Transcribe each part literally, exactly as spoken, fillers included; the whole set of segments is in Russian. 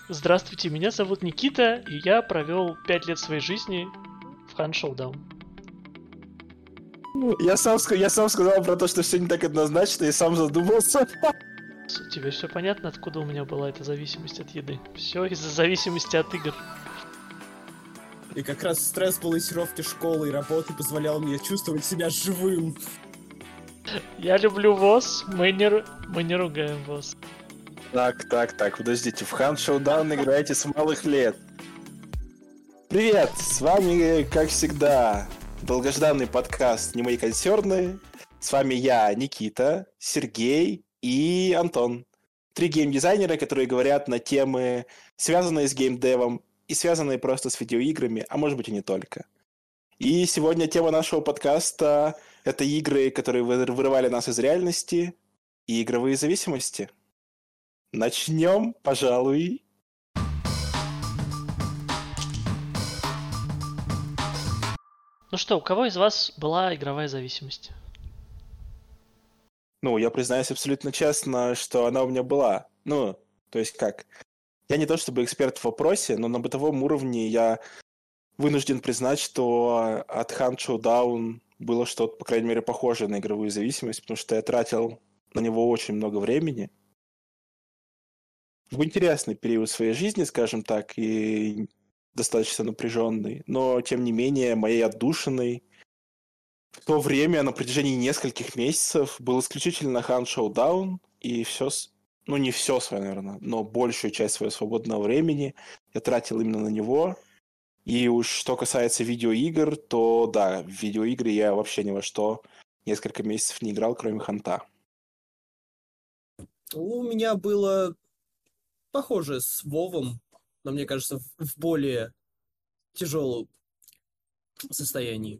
Здравствуйте, меня зовут Никита, и я провел пять лет своей жизни в Hunt Showdown. Я сам, я сам сказал про то, что все не так однозначно, и сам задумался. Тебе все понятно, откуда у меня была эта зависимость от еды? Все из-за зависимости от игр. И как раз стресс балансировки школы и работы позволял мне чувствовать себя живым. Я люблю ВОЗ, мы не, мы не ругаем ВОЗ. Так, так, так, подождите, в Hunt Showdown играете с малых лет. Привет, с вами, как всегда, долгожданный подкаст «Не мои консерны». С вами я, Никита, Сергей и Антон. Три геймдизайнера, которые говорят на темы, связанные с геймдевом и связанные просто с видеоиграми, а может быть и не только. И сегодня тема нашего подкаста — это игры, которые вырывали нас из реальности, и игровые зависимости. Начнем, пожалуй. Ну что, у кого из вас была игровая зависимость? Ну, я признаюсь абсолютно честно, что она у меня была. Ну, то есть как? Я не то чтобы эксперт в вопросе, но на бытовом уровне я вынужден признать, что от Hunt Showdown было что-то, по крайней мере, похожее на игровую зависимость, потому что я тратил на него очень много времени. В интересный период своей жизни, скажем так, и достаточно напряженный, но, тем не менее, моей отдушиной в то время на протяжении нескольких месяцев был исключительно Hunt Showdown, и все, ну не все свое, наверное, но большую часть своего свободного времени я тратил именно на него. И уж что касается видеоигр, то да, в видеоигры я вообще ни во что несколько месяцев не играл, кроме Ханта. У меня было похоже с Вовом, но мне кажется, в более тяжелом состоянии.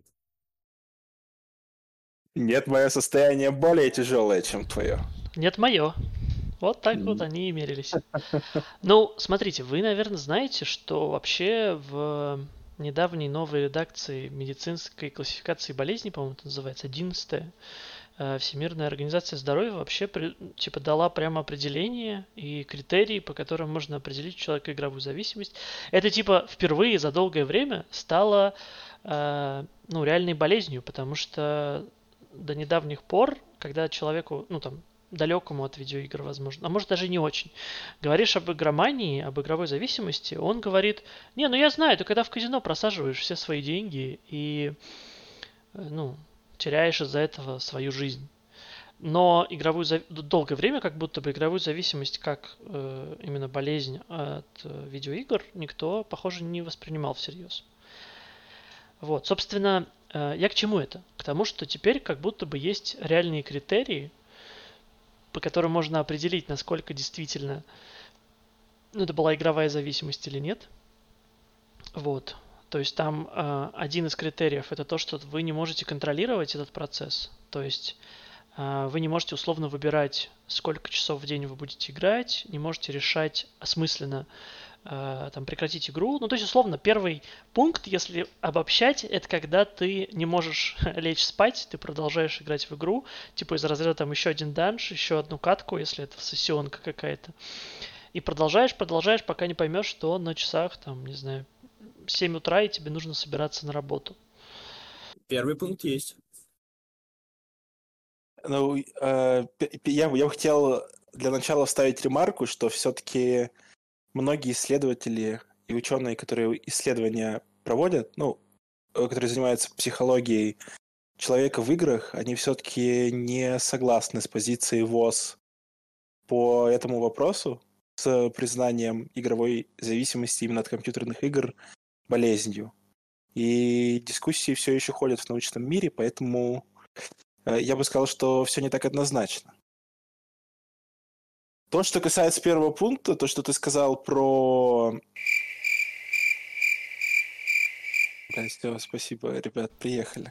Нет, мое состояние более тяжелое, чем твое. Нет, мое. Вот так вот они и мерились. Ну, смотрите, вы, наверное, знаете, что вообще в недавней новой редакции медицинской классификации болезней, по-моему, это называется, одиннадцатая, Всемирная организация здоровья вообще типа дала прямо определение и критерии, по которым можно определить у человека игровую зависимость. Это типа впервые за долгое время стало э, ну, реальной болезнью, потому что до недавних пор, когда человеку, ну там, далекому от видеоигр, возможно, а может даже не очень, говоришь об игромании, об игровой зависимости, он говорит, не, ну я знаю, ты когда в казино просаживаешь все свои деньги и, ну, теряешь из-за этого свою жизнь. Но игровую зав... долгое время как будто бы игровую зависимость как э, именно болезнь от э, видеоигр никто, похоже, не воспринимал всерьез. Вот, собственно, э, я к чему это? К тому, что теперь как будто бы есть реальные критерии, по которым можно определить, насколько действительно ну, это была игровая зависимость или нет. Вот. То есть там э, один из критериев это то, что вы не можете контролировать этот процесс. То есть э, вы не можете условно выбирать, сколько часов в день вы будете играть, не можете решать осмысленно э, там, прекратить игру. Ну, то есть, условно, первый пункт, если обобщать, это когда ты не можешь лечь спать, ты продолжаешь играть в игру, типа из разряда там еще один данж, еще одну катку, если это сессионка какая-то. И продолжаешь, продолжаешь, пока не поймешь, что на часах, там, не знаю, семь утра, и тебе нужно собираться на работу. Первый пункт есть. Ну, э, я, я бы хотел для начала вставить ремарку, что все-таки многие исследователи и ученые, которые исследования проводят, ну, которые занимаются психологией человека в играх, они все-таки не согласны с позицией ВОЗ по этому вопросу, с признанием игровой зависимости именно от компьютерных игр болезнью. И дискуссии все еще ходят в научном мире, поэтому я бы сказал, что все не так однозначно. То, что касается первого пункта, то, что ты сказал про... Бля, все, спасибо, ребят, приехали.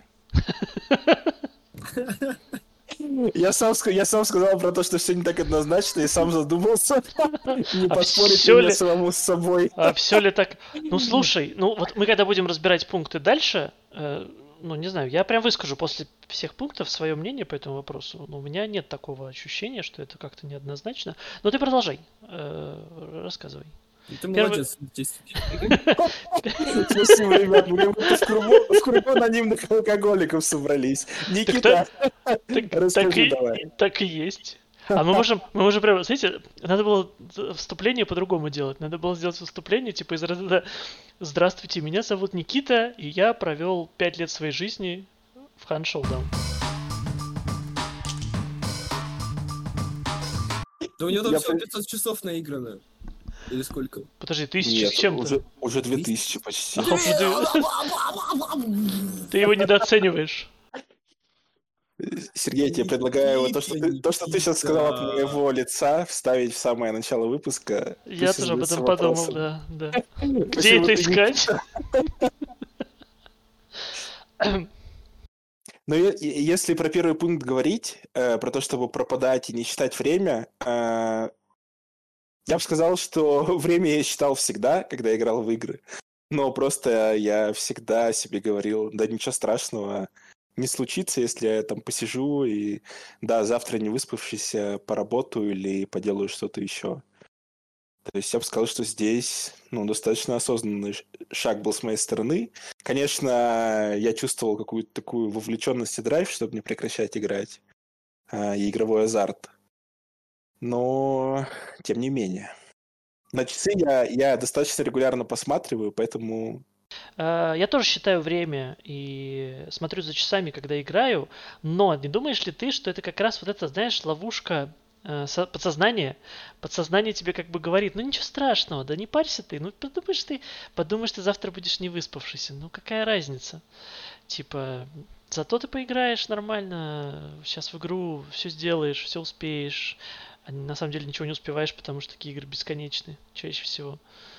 Я сам, я сам сказал про то, что все не так однозначно, и сам задумался. Не а поспорить ли мне ли... самому с собой. А все ли так... Ну, слушай, ну вот мы когда будем разбирать пункты дальше, э, ну, не знаю, я прям выскажу после всех пунктов свое мнение по этому вопросу. Но у меня нет такого ощущения, что это как-то неоднозначно. Но ты продолжай, э, рассказывай. Ты Первый- молодец. здесь. Спасибо, ребят, мы как будто в кругу, в кругу анонимных алкоголиков собрались. Никита, Так, так расскажи и, давай. так и есть. А мы можем, мы можем прямо, знаете, надо было вступление по-другому делать. Надо было сделать вступление, типа из разряда «Здравствуйте, меня зовут Никита, и я провел пять лет своей жизни в Хан Шоудаун». Да у него там Я всего при- пятьсот часов наиграно. Или сколько? Подожди, тысяча Нет, с чем-то. уже, уже две тысячи почти. Ах, уже ты, ты его недооцениваешь. Сергей, я тебе предлагаю вот то, что ты, то, что ты сейчас сказал от моего лица, вставить в самое начало выпуска. Я Пусть тоже об задаются этом подумал, вопросом. да, да. Где Почему это ты не- искать? Ну, е- е- если про первый пункт говорить, э, про то, чтобы пропадать и не считать время, э, я бы сказал, что время я считал всегда, когда играл в игры. Но просто я всегда себе говорил, да ничего страшного, не случится, если я там посижу и, да, завтра не выспавшийся поработаю или поделаю что-то еще. То есть я бы сказал, что здесь, ну, достаточно осознанный ш- шаг был с моей стороны. Конечно, я чувствовал какую-то такую вовлеченность и драйв, чтобы не прекращать играть, а, и игровой азарт. Но, тем не менее. На часы я, я достаточно регулярно посматриваю, поэтому А, Я тоже считаю время и смотрю за часами, когда играю, но не думаешь ли ты, что это как раз вот эта, знаешь, ловушка э, со- подсознания? Подсознание тебе как бы говорит, ну ничего страшного, да не парься ты, ну подумаешь ты, подумаешь ты завтра будешь не выспавшийся, ну какая разница? Типа, зато ты поиграешь нормально, сейчас в игру все сделаешь, все успеешь, а на самом деле ничего не успеваешь, потому что такие игры бесконечны чаще всего.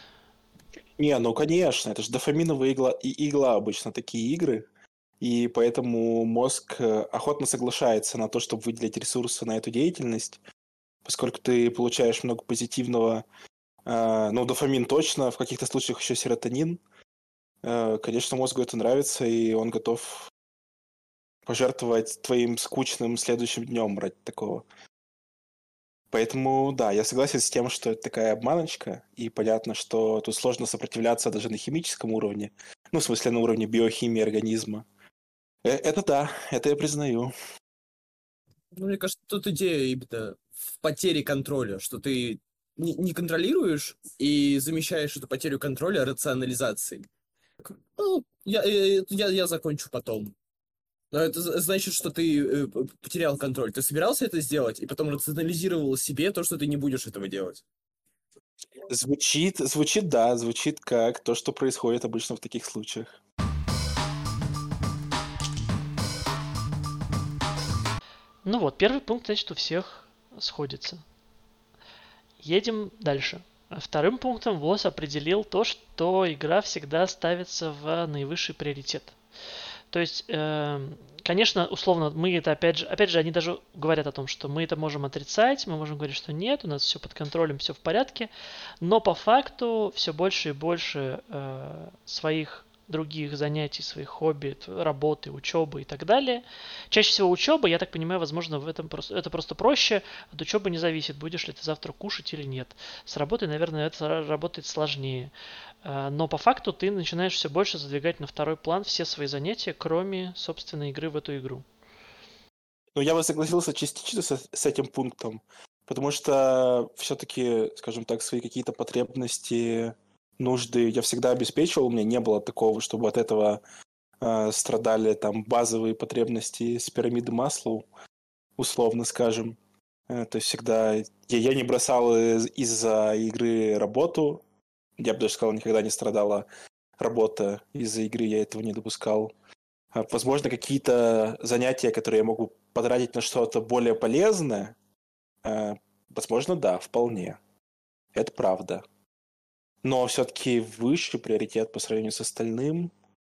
Не, ну конечно, это же дофаминовая игла, и игла обычно такие игры, и поэтому мозг э, охотно соглашается на то, чтобы выделить ресурсы на эту деятельность, поскольку ты получаешь много позитивного, э, ну, дофамин точно, в каких-то случаях еще серотонин. Э, конечно, мозгу это нравится, и он готов пожертвовать твоим скучным следующим днем ради такого. Поэтому, да, я согласен с тем, что это такая обманочка, и понятно, что тут сложно сопротивляться даже на химическом уровне, ну, в смысле, на уровне биохимии организма. Э, Это да, это я признаю. Ну, мне кажется, тут идея именно в потере контроля, что ты не, не контролируешь и замещаешь эту потерю контроля рационализацией. Ну, я, э, я, я закончу потом. Но это з- значит, что ты э, п- потерял контроль. Ты собирался это сделать, и потом рационализировал себе то, что ты не будешь этого делать. Звучит, звучит, да, звучит как то, что происходит обычно в таких случаях. Ну вот, первый пункт, значит, у всех сходится. Едем дальше. Вторым пунктом ВОЗ определил то, что игра всегда ставится в наивысший приоритет. То есть, э, конечно, условно, мы это опять же, опять же, они даже говорят о том, что мы это можем отрицать, мы можем говорить, что нет, у нас все под контролем, все в порядке, но по факту все больше и больше э, своих других занятий, своих хобби, т- работы, учебы и так далее. Чаще всего учеба, я так понимаю, возможно, в этом просто, это просто проще, от учебы не зависит, будешь ли ты завтра кушать или нет. С работой, наверное, это ра- работает сложнее. А, Но по факту ты начинаешь все больше задвигать на второй план все свои занятия, кроме, собственно, игры в эту игру. Но я бы согласился частично с, с этим пунктом, потому что все-таки, скажем так, свои какие-то потребности, нужды я всегда обеспечивал, у меня не было такого, чтобы от этого э, страдали там базовые потребности с пирамиды Маслоу, условно скажем. Э, то есть всегда я, я не бросал из- из-за игры работу, я бы даже сказал, никогда не страдала работа из-за игры, я этого не допускал. А, Возможно, какие-то занятия, которые я могу потратить на что-то более полезное, э, возможно, да, вполне. Это правда. Но все-таки высший приоритет по сравнению с остальным,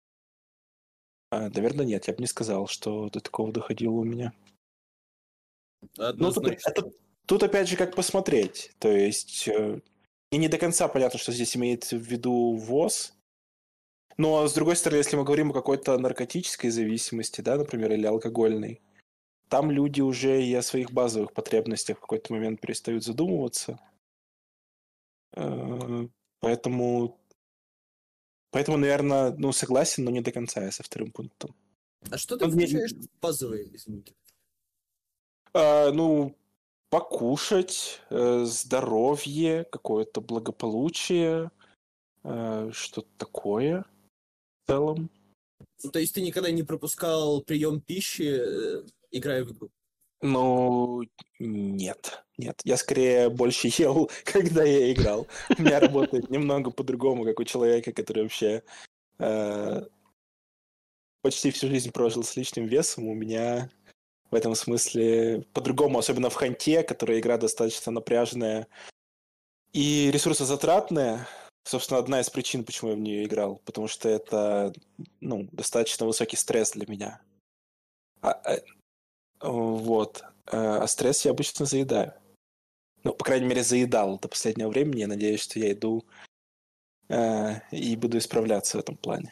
э, наверное, нет. Я бы не сказал, что до такого доходило у меня. Ну, тут, Однозначно. это- тут опять же как посмотреть. То есть, э, мне не до конца понятно, что здесь имеется в виду ВОЗ. Но, с другой стороны, если мы говорим о какой-то наркотической зависимости, да, например, или алкогольной, там люди уже и о своих базовых потребностях в какой-то момент перестают задумываться. Э, Поэтому, поэтому, наверное, ну, согласен, но не до конца я со вторым пунктом. А что ты Ну, мне- включаешь в базовые, извините? а, ну, покушать, э, здоровье, какое-то благополучие, э, что-то такое в целом. Ну, то есть ты никогда не пропускал прием пищи, э, играя в игру? Ну, нет, нет. Я скорее больше ел, когда я играл. У меня работает немного по-другому, как у человека, который вообще э, почти всю жизнь прожил с лишним весом. У меня в этом смысле по-другому, особенно в Ханте, которая игра достаточно напряженная и ресурсозатратная. Собственно, одна из причин, почему я в нее играл, потому что это, ну, достаточно высокий стресс для меня. А, а, вот. А стресс я обычно заедаю. Ну, по крайней мере, заедал до последнего времени. Я надеюсь, что я иду э, и буду исправляться в этом плане.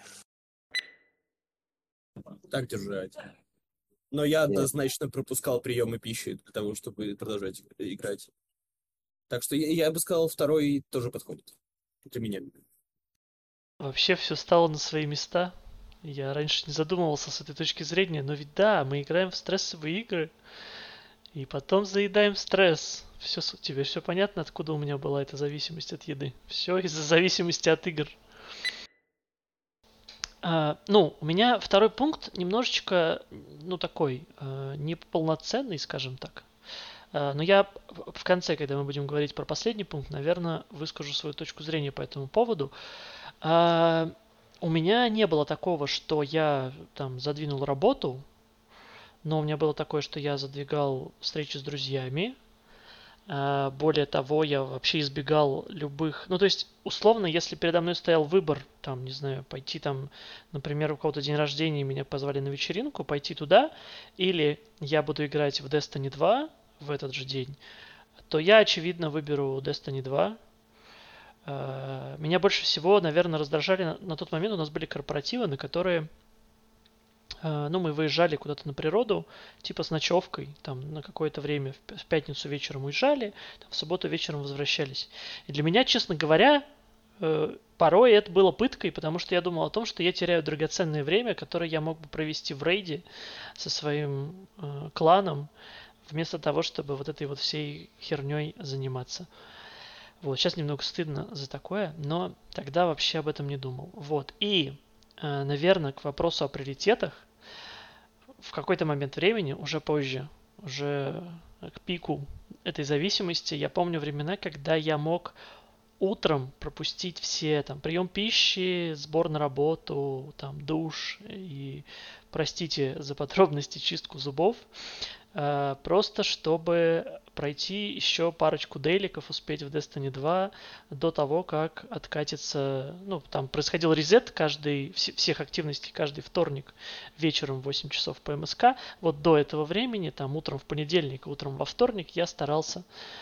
Так держать. Но я Нет. однозначно пропускал приемы пищи для того, чтобы продолжать играть. Так что я, я бы сказал, второй тоже подходит для меня. Вообще все стало на свои места. Я раньше не задумывался с этой точки зрения, но ведь да, мы играем в стрессовые игры, и потом заедаем стресс. Все, тебе все понятно, откуда у меня была эта зависимость от еды? Все из-за зависимости от игр. А, ну, у меня второй пункт немножечко, ну, такой, а, неполноценный, скажем так. А, но я в конце, когда мы будем говорить про последний пункт, наверное, выскажу свою точку зрения по этому поводу. А, у меня не было такого, что я там задвинул работу, но у меня было такое, что я задвигал встречи с друзьями. А, более того, я вообще избегал любых... Ну, то есть, условно, если передо мной стоял выбор, там, не знаю, пойти там, например, у кого-то день рождения, меня позвали на вечеринку, пойти туда, или я буду играть в Destiny два в этот же день, то я, очевидно, выберу Destiny два. А, меня больше всего, наверное, раздражали на, на тот момент, у нас были корпоративы, на которые... Ну, мы выезжали куда-то на природу, типа с ночевкой, там на какое-то время, в пятницу вечером уезжали, там, в субботу вечером возвращались. И для меня, честно говоря, порой это было пыткой, потому что я думал о том, что я теряю драгоценное время, которое я мог бы провести в рейде со своим э, кланом, вместо того, чтобы вот этой вот всей херней заниматься. Вот, сейчас немного стыдно за такое, но тогда вообще об этом не думал. Вот, и, э, наверное, к вопросу о приоритетах, в какой-то момент времени, уже позже, уже к пику этой зависимости, я помню времена, когда я мог утром пропустить все там прием пищи, сбор на работу, там душ и, простите за подробности, чистку зубов, э, просто чтобы пройти еще парочку дейликов, успеть в Destiny два до того, как откатится, ну, там происходил резет каждый, вс- всех активностей каждый вторник вечером в восемь часов по МСК. Вот до этого времени, там утром в понедельник, утром во вторник я старался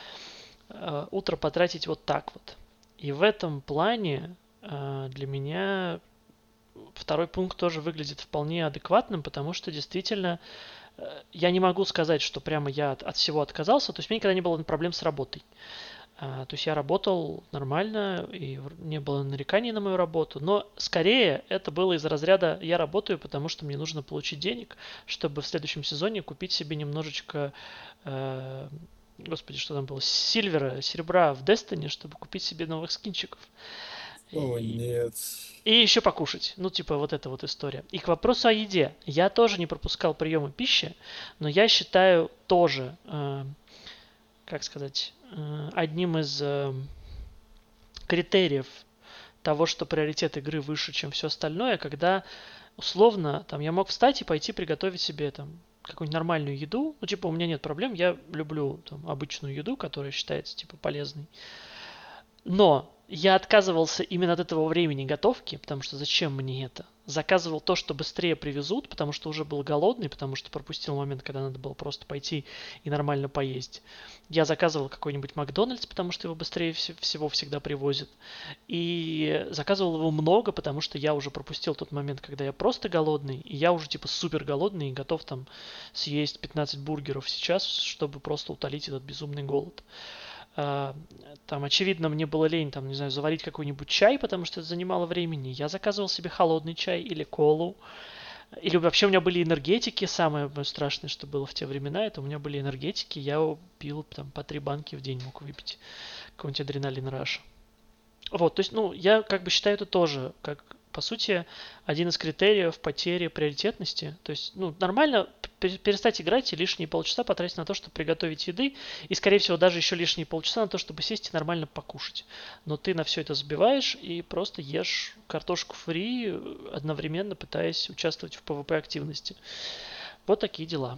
э, утро потратить вот так вот. И в этом плане э, для меня второй пункт тоже выглядит вполне адекватным, потому что действительно э, я не могу сказать, что прямо я от, от всего отказался. То есть у меня никогда не было проблем с работой. А, то есть я работал нормально, и не было нареканий на мою работу. Но скорее это было из разряда «я работаю, потому что мне нужно получить денег, чтобы в следующем сезоне купить себе немножечко... Э, Господи, что там было? Сильвера, серебра в Destiny, чтобы купить себе новых скинчиков. О, И, нет. и еще покушать. Ну, типа, вот эта вот история. И к вопросу о еде. Я тоже не пропускал приемы пищи, но я считаю тоже, э, как сказать, э, одним из э, критериев того, что приоритет игры выше, чем все остальное, когда условно там я мог встать и пойти приготовить себе там какую-нибудь нормальную еду. Ну, типа, у меня нет проблем, я люблю там обычную еду, которая считается, типа, полезной. Но я отказывался именно от этого времени готовки, потому что зачем мне это? Заказывал то, что быстрее привезут, потому что уже был голодный, потому что пропустил момент, когда надо было просто пойти и нормально поесть. Я заказывал какой-нибудь Макдональдс, потому что его быстрее всего всегда привозят. И заказывал его много, потому что я уже пропустил тот момент, когда я просто голодный, и я уже типа супер голодный и готов там съесть пятнадцать бургеров сейчас, чтобы просто утолить этот безумный голод. а, там, очевидно, мне было лень, там, не знаю, заварить какой-нибудь чай, потому что это занимало времени. Я заказывал себе холодный чай или колу. Или вообще у меня были энергетики. Самое страшное, что было в те времена, это у меня были энергетики. Я пил там по три банки в день мог выпить. Какой-нибудь адреналин раш. Вот, то есть, ну, я как бы считаю это тоже, как, по сути, один из критериев потери приоритетности. То есть, ну, нормально перестать играть и лишние полчаса потратить на то, чтобы приготовить еды, и, скорее всего, даже еще лишние полчаса на то, чтобы сесть и нормально покушать. Но ты на все это забиваешь и просто ешь картошку фри, одновременно пытаясь участвовать в пэ вэ пэ-активности. Вот такие дела.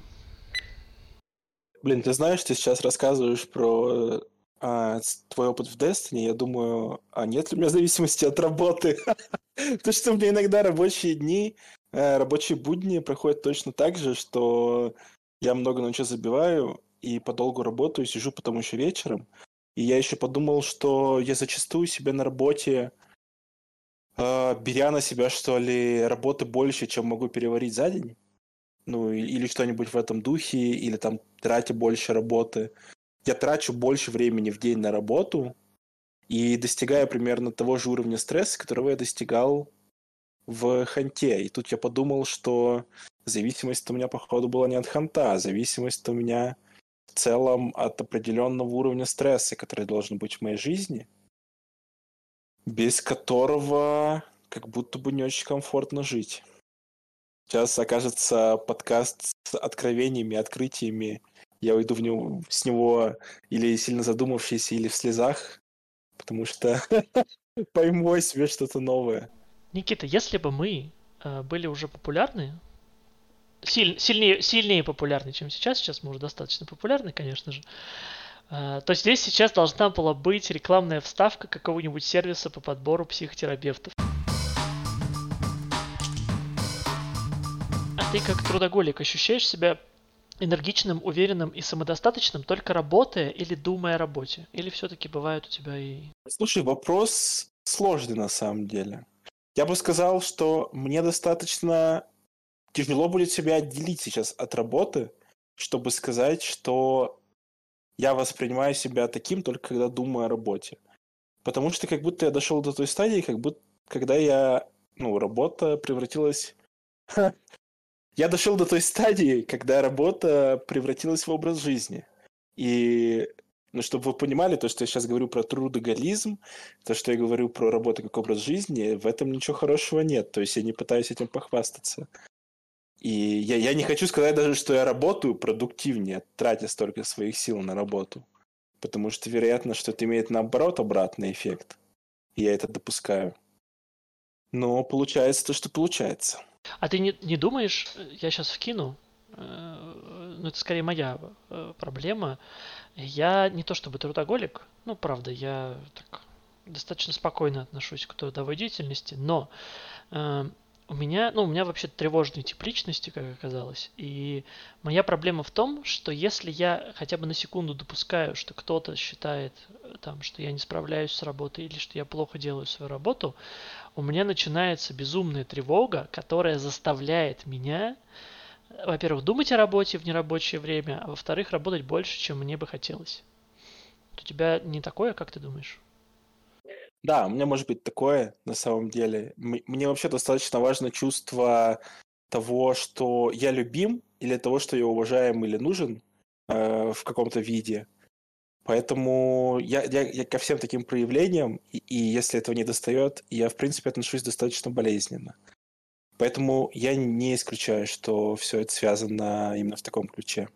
Блин, ты знаешь, ты сейчас рассказываешь про а, твой опыт в Destiny, я думаю, а нет ли у меня зависимости от работы? То, что у меня иногда рабочие дни, рабочие будни проходят точно так же, что я много на что забиваю и подолгу работаю, сижу потом еще вечером. И я еще подумал, что я зачастую себя на работе, беря на себя, что ли, работы больше, чем могу переварить за день, ну, или что-нибудь в этом духе, или там тратя больше работы. Я трачу больше времени в день на работу и достигаю примерно того же уровня стресса, которого я достигал в ханте. И тут я подумал, что зависимость у меня, походу, была не от ханта, а зависимость у меня в целом от определенного уровня стресса, который должен быть в моей жизни, без которого как будто бы не очень комфортно жить. Сейчас окажется подкаст с откровениями, открытиями. Я уйду в него, с него или сильно задумавшись, или в слезах, потому что пойму о себе что-то новое. Никита, если бы мы э, были уже популярны, силь, сильнее, сильнее популярны, чем сейчас, сейчас мы уже достаточно популярны, конечно же, э, то здесь сейчас должна была быть рекламная вставка какого-нибудь сервиса по подбору психотерапевтов. А ты как трудоголик ощущаешь себя энергичным, уверенным и самодостаточным, только работая или думая о работе? Или все-таки бывает у тебя и... Слушай, вопрос сложный на самом деле. Я бы сказал, что мне достаточно тяжело будет себя отделить сейчас от работы, чтобы сказать, что я воспринимаю себя таким только когда думаю о работе. Потому что как будто я дошел до той стадии, как будто когда я, ну, работа превратилась... Я дошел до той стадии, когда работа превратилась в образ жизни. И, ну, чтобы вы понимали, то, что я сейчас говорю про трудоголизм, то, что я говорю про работу как образ жизни, в этом ничего хорошего нет. То есть я не пытаюсь этим похвастаться. И я, я не хочу сказать даже, что я работаю продуктивнее, тратя столько своих сил на работу. Потому что вероятно, что это имеет, наоборот, обратный эффект. И я это допускаю. Но получается то, что получается. А ты не, не думаешь, я сейчас вкину, э, ну это скорее моя э, проблема, я не то чтобы трудоголик, ну правда, я так достаточно спокойно отношусь к трудовой деятельности, но э, у меня, ну у меня вообще тревожный тип личности, как оказалось, и моя проблема в том, что если я хотя бы на секунду допускаю, что кто-то считает, там, что я не справляюсь с работой или что я плохо делаю свою работу, у меня начинается безумная тревога, которая заставляет меня, во-первых, думать о работе в нерабочее время, а во-вторых, работать больше, чем мне бы хотелось. У тебя не такое, как ты думаешь? Да, у меня может быть такое, на самом деле. Мне вообще достаточно важно чувство того, что я любим, или того, что я уважаем или нужен э, в каком-то виде. Поэтому я, я, я ко всем таким проявлениям, и, и если этого не достает, я, в принципе, отношусь достаточно болезненно. Поэтому я не исключаю, что все это связано именно в таком ключе.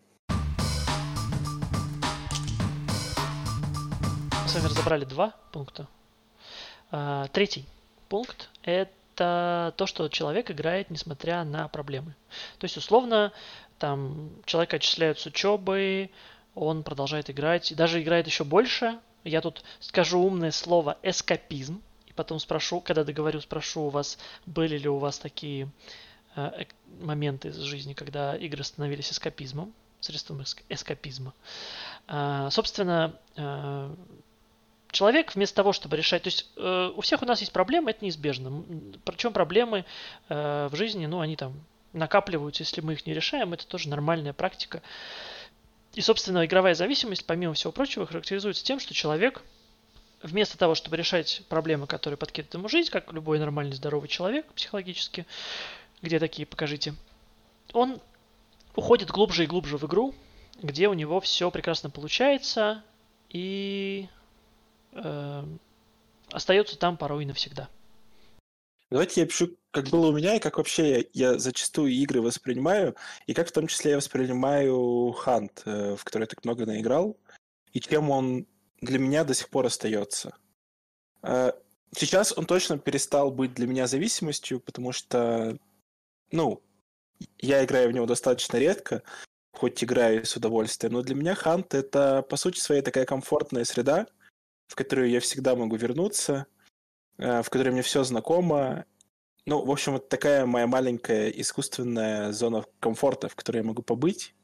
Мы с вами разобрали два пункта. А, третий пункт – это то, что человек играет, несмотря на проблемы. То есть, условно, там человека отчисляют с учебы, он продолжает играть, и даже играет еще больше. Я тут скажу умное слово «эскапизм», и потом спрошу, когда договорю, спрошу у вас, были ли у вас такие э, моменты из жизни, когда игры становились эскапизмом, средством эскапизма. А, собственно, э, человек вместо того, чтобы решать... То есть э, у всех у нас есть проблемы, это неизбежно. Причем проблемы э, в жизни, ну, они там накапливаются, если мы их не решаем, это тоже нормальная практика. И, собственно, игровая зависимость, помимо всего прочего, характеризуется тем, что человек, вместо того, чтобы решать проблемы, которые подкидывает ему жизнь, как любой нормальный здоровый человек психологически, где такие, покажите, он уходит глубже и глубже в игру, где у него все прекрасно получается и э, остается там порой и навсегда. Давайте я пишу, как было у меня, и как вообще я, я зачастую игры воспринимаю, и как в том числе я воспринимаю Hunt, э, в который я так много наиграл, и чем он для меня до сих пор остается. Э, сейчас он точно перестал быть для меня зависимостью, потому что, ну, я играю в него достаточно редко, хоть играю с удовольствием, но для меня Hunt — это, по сути своей, такая комфортная среда, в которую я всегда могу вернуться, в которой мне все знакомо. Ну, в общем, это такая моя маленькая искусственная зона комфорта, в которой я могу побыть.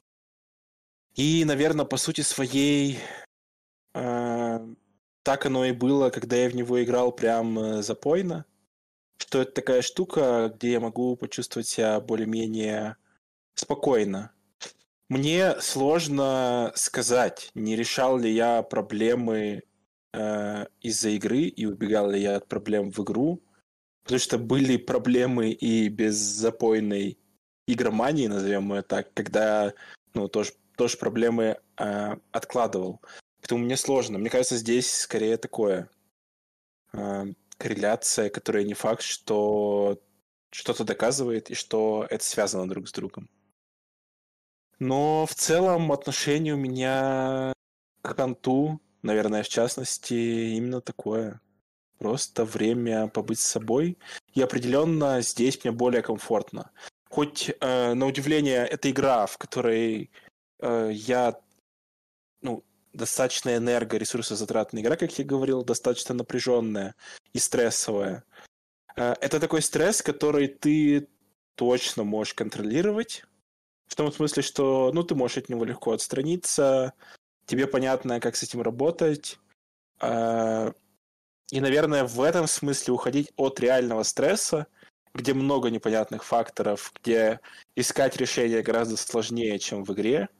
И, наверное, по сути своей, э, так оно и было, когда я в него играл прям э, запойно. Что это такая штука, где я могу почувствовать себя более-менее спокойно. Мне сложно сказать, не решал ли я проблемы э, из-за игры и убегал ли я от проблем в игру, потому что были проблемы и без запойной игромании, назовем ее так, когда, ну, тоже, тоже проблемы э, откладывал. Поэтому мне сложно. Мне кажется, здесь скорее такое э, корреляция, которая не факт, что что-то доказывает и что это связано друг с другом. Но в целом отношение у меня к Ханту, наверное, в частности, именно такое. Просто время побыть с собой. И определенно здесь мне более комфортно. Хоть, э, на удивление, это игра, в которой э, я, ну, достаточно энергоресурсозатратная игра, как я говорил, достаточно напряженная и стрессовая. Э, это такой стресс, который ты точно можешь контролировать. В том смысле, что, ну, ты можешь от него легко отстраниться, тебе понятно, как с этим работать. Э, И, наверное, в этом смысле уходить от реального стресса, где много непонятных факторов, где искать решение гораздо сложнее, чем в игре,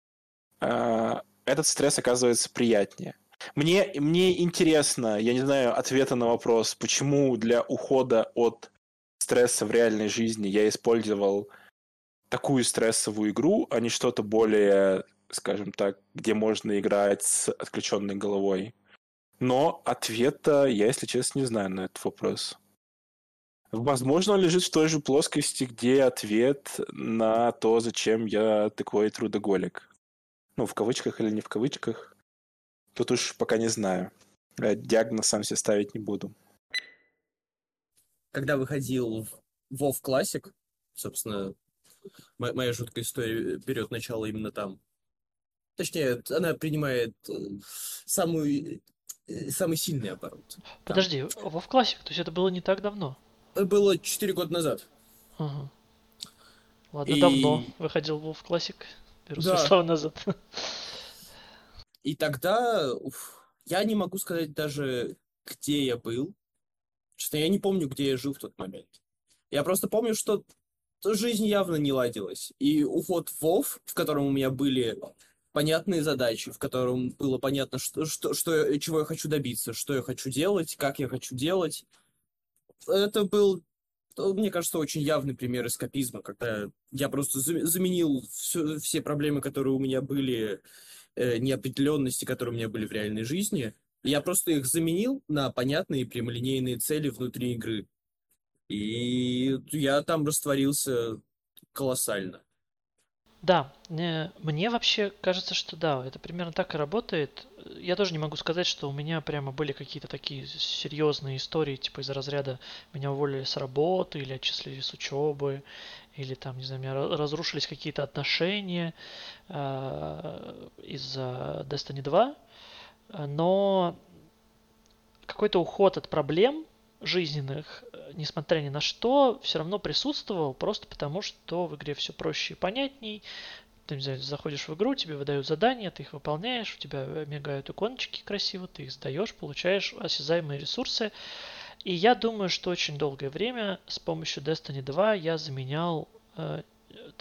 этот стресс оказывается приятнее. Мне, мне интересно, я не знаю ответа на вопрос, почему для ухода от стресса в реальной жизни я использовал такую стрессовую игру, а не что-то более, скажем так, где можно играть с отключенной головой. Но ответа я, если честно, не знаю на этот вопрос. Возможно, он лежит в той же плоскости, где ответ на то, зачем я такой трудоголик. Ну, в кавычках или не в кавычках. Тут уж пока не знаю. Диагноз сам себе ставить не буду. Когда выходил WoW Classic, собственно, моя жуткая история берет начало именно там. Точнее, она принимает самую, самый сильный оборот. Подожди, WoW Classic, то есть это было не так давно? Это было четыре года назад. Ага. Ладно, И... давно выходил WoW Classic. Беру да. свои слова назад. И тогда уф, я не могу сказать даже, где я был. Честно, я не помню, где я жил в тот момент. Я просто помню, что жизнь явно не ладилась. И уход в WoW, в котором у меня были понятные задачи, в котором было понятно, что, что, что, чего я хочу добиться, что я хочу делать, как я хочу делать. Это был, мне кажется, очень явный пример эскапизма, когда я просто заменил все, все проблемы, которые у меня были, э, неопределенности, которые у меня были в реальной жизни. Я просто их заменил на понятные прямолинейные цели внутри игры. И я там растворился колоссально. Да, мне вообще кажется, что да, это примерно так и работает. Я тоже не могу сказать, что у меня прямо были какие-то такие серьезные истории, типа из разряда меня уволили с работы, или отчислили с учебы, или там, не знаю, у меня разрушились какие-то отношения э, из-за Destiny два. Но какой-то уход от проблем жизненных, несмотря ни на что, все равно присутствовал, просто потому что в игре все проще и понятней. Ты, не знаю, заходишь в игру, тебе выдают задания, ты их выполняешь, у тебя мигают иконочки красиво, ты их сдаешь, получаешь осязаемые ресурсы. И я думаю, что очень долгое время с помощью Destiny два я заменял э,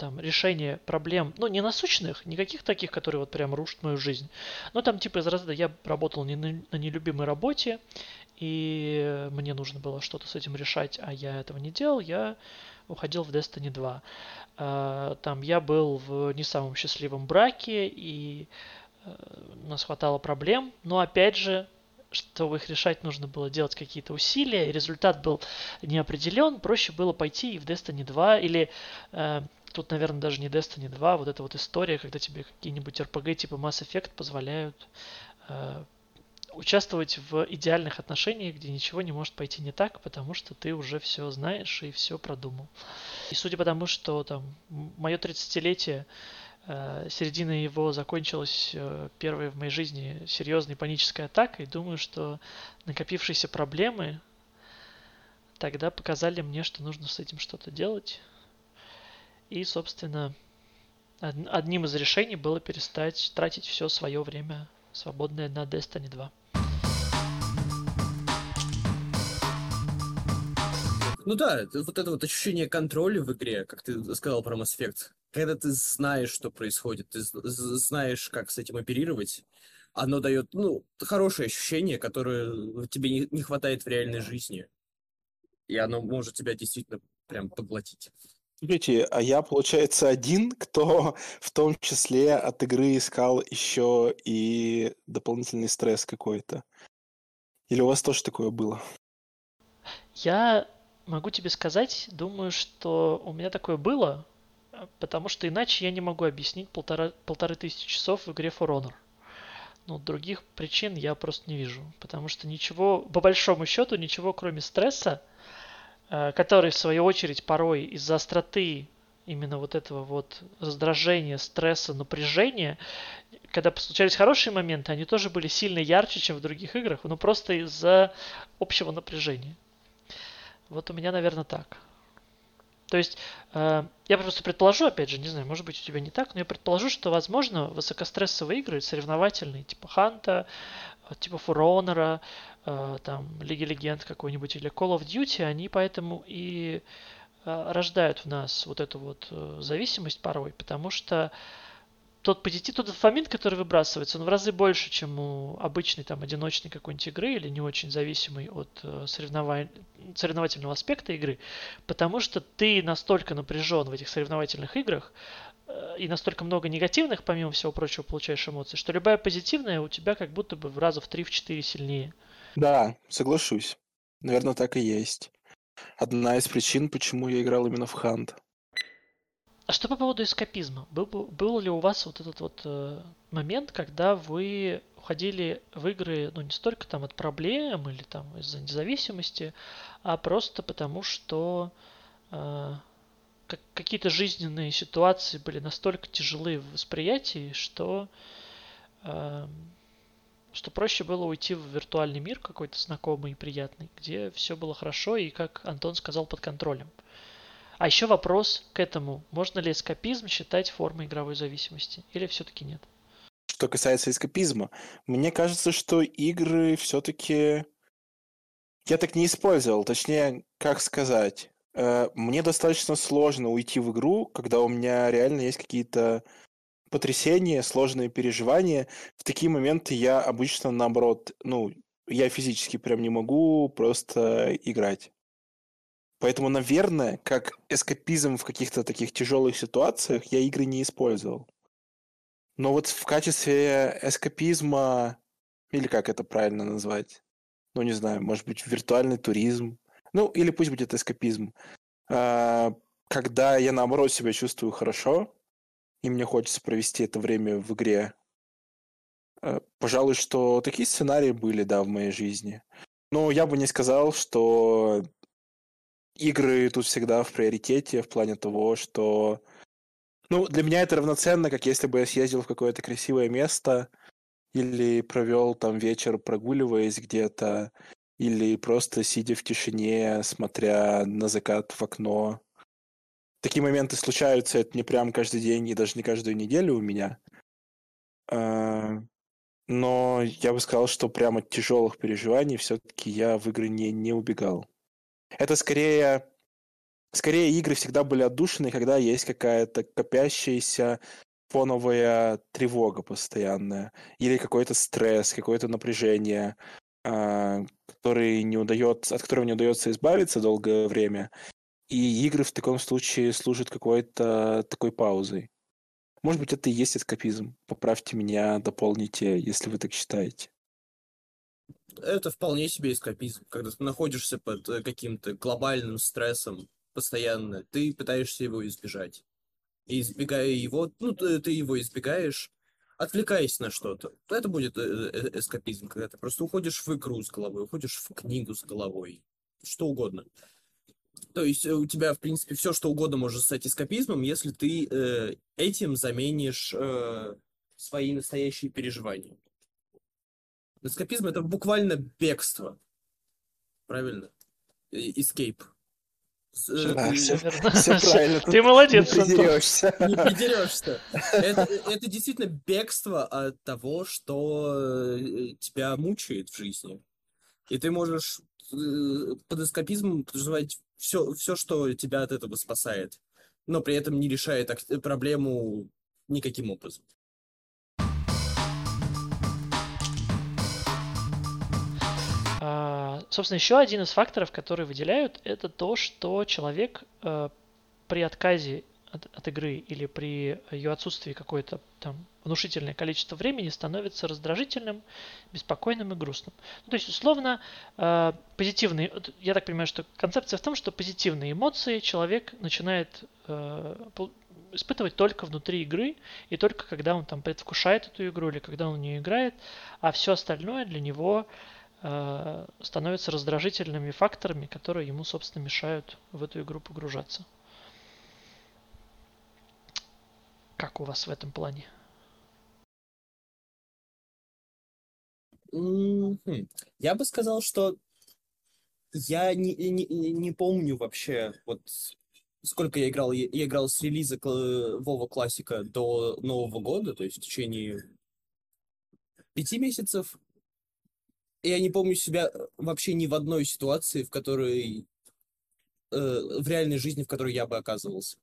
там решение проблем, ну, не насущных, никаких таких, которые вот прям рушат мою жизнь. Но там типа из разряда я работал не на, на нелюбимой работе, и мне нужно было что-то с этим решать, а я этого не делал, я уходил в Destiny два. А, Там я был в не самом счастливом браке, и э, у нас хватало проблем, но опять же, чтобы их решать, нужно было делать какие-то усилия, и результат был не определен, проще было пойти и в Destiny два, или э, тут, наверное, даже не Destiny два, вот эта вот история, когда тебе какие-нибудь эр пи джи типа Mass Effect позволяют э, участвовать в идеальных отношениях, где ничего не может пойти не так, потому что ты уже все знаешь и все продумал. И судя по тому, что там мое тридцатилетие, э, середина его закончилась э, первой в моей жизни серьезной панической атакой, думаю, что накопившиеся проблемы тогда показали мне, что нужно с этим что-то делать. И, собственно, одним из решений было перестать тратить все свое время свободное на Destiny два. Ну да, это, вот это вот ощущение контроля в игре, как ты сказал про Mass Effect, когда ты знаешь, что происходит, ты знаешь, как с этим оперировать, оно дает, ну, хорошее ощущение, которое тебе не, не хватает в реальной жизни. И оно может тебя действительно прям поглотить. Смотрите, а я, получается, один, кто в том числе от игры искал еще и дополнительный стресс какой-то. Или у вас тоже такое было? Я могу тебе сказать, думаю, что у меня такое было, потому что иначе я не могу объяснить полтора, полторы тысячи часов в игре For Honor. Ну, других причин я просто не вижу, потому что ничего, по большому счету, ничего кроме стресса, который в свою очередь порой из-за остроты именно вот этого вот раздражения, стресса, напряжения, когда случались хорошие моменты, они тоже были сильно ярче, чем в других играх, но просто из-за общего напряжения. Вот у меня, наверное, так. То есть, э, я просто предположу, опять же, не знаю, может быть у тебя не так, но я предположу, что, возможно, высокострессовые игры, соревновательные, типа Ханта, типа For Honor, э, там, Лиги Легенд какой-нибудь или Call of Duty, они поэтому и э, рождают в нас вот эту вот э, зависимость порой, потому что тот позитив, тот дофамин, который выбрасывается, он в разы больше, чем у обычной там одиночной какой-нибудь игры или не очень зависимой от э, соревнова... соревновательного аспекта игры, потому что ты настолько напряжен в этих соревновательных играх э, и настолько много негативных, помимо всего прочего, получаешь эмоций, что любая позитивная у тебя как будто бы в раза в три-четыре сильнее. Да, соглашусь. Наверное, так и есть. Одна из причин, почему я играл именно в Hunt. А что по поводу эскапизма? Был, был ли у вас вот этот вот э, момент, когда вы уходили в игры, ну, не столько там от проблем или там из-за независимости, а просто потому, что э, как, какие-то жизненные ситуации были настолько тяжелые в восприятии, что, э, что проще было уйти в виртуальный мир какой-то знакомый и приятный, где все было хорошо и, как Антон сказал, под контролем. А еще вопрос к этому. Можно ли эскапизм считать формой игровой зависимости? Или все-таки нет? Что касается эскапизма, мне кажется, что игры все-таки... Я так не использовал. Точнее, как сказать... Мне достаточно сложно уйти в игру, когда у меня реально есть какие-то потрясения, сложные переживания. В такие моменты я обычно, наоборот, ну, я физически прям не могу просто играть. Поэтому, наверное, как эскапизм в каких-то таких тяжелых ситуациях я игры не использовал. Но вот в качестве эскапизма, или как это правильно назвать, ну, не знаю, может быть, виртуальный туризм, ну, или пусть будет эскапизм, когда я, наоборот, себя чувствую хорошо, и мне хочется провести это время в игре. Пожалуй, что такие сценарии были, да, в моей жизни. Но я бы не сказал, что игры тут всегда в приоритете в плане того, что... Ну, для меня это равноценно, как если бы я съездил в какое-то красивое место или провел там вечер, прогуливаясь где-то, или просто сидя в тишине, смотря на закат в окно. Такие моменты случаются, это не прям каждый день и даже не каждую неделю у меня. Но я бы сказал, что прямо от тяжелых переживаний все-таки я в игры не, не убегал. Это скорее Скорее, игры всегда были отдушины, когда есть какая-то копящаяся фоновая тревога постоянная, или какой-то стресс, какое-то напряжение, а, который не удается, от которого не удается избавиться долгое время. И игры в таком случае служат какой-то такой паузой. Может быть, это и есть эскапизм. Поправьте меня, дополните, если вы так считаете. Это вполне себе эскапизм, когда ты находишься под э, каким-то глобальным стрессом постоянно, ты пытаешься его избежать. И избегая его, ну, ты, ты его избегаешь, отвлекаясь на что-то. Это будет э, э, эскапизм, когда ты просто уходишь в игру с головой, уходишь в книгу с головой, что угодно. То есть э, у тебя, в принципе, все, что угодно может стать эскапизмом, если ты э, этим заменишь э, свои настоящие переживания. Эскапизм — это буквально бегство, правильно? Э, Escape. С- э, Все, Да, все все, ты верно. все Всё. правильно, Ты тут не молодец, Антон. придерешься. не придерешься. Это, э, это действительно бегство от того, что э, тебя мучает в жизни. И ты можешь э, под эскапизмом подразумевать все, все, что тебя от этого спасает, но при этом не решает ак- проблему никаким образом. А, собственно, еще один из факторов, который выделяют, это то, что человек э, при отказе от, от игры или при ее отсутствии какое-то там внушительное количество времени становится раздражительным, беспокойным и грустным. Ну, то есть, условно, э, позитивные, вот я так понимаю, что концепция в том, что позитивные эмоции человек начинает э, пол- испытывать только внутри игры и только когда он там предвкушает эту игру или когда он в нее играет, а все остальное для него э, становятся раздражительными факторами, которые ему, собственно, мешают в эту игру погружаться. Как у вас в этом плане? Мгм. Я бы сказал, что я не, не, не помню вообще, вот сколько я играл. Я, я играл с релиза кла- Вова Классика до Нового года, то есть в течение пяти месяцев. И я не помню себя э, вообще ни в одной ситуации, в которой, э, в реальной жизни, в которой я бы оказывался.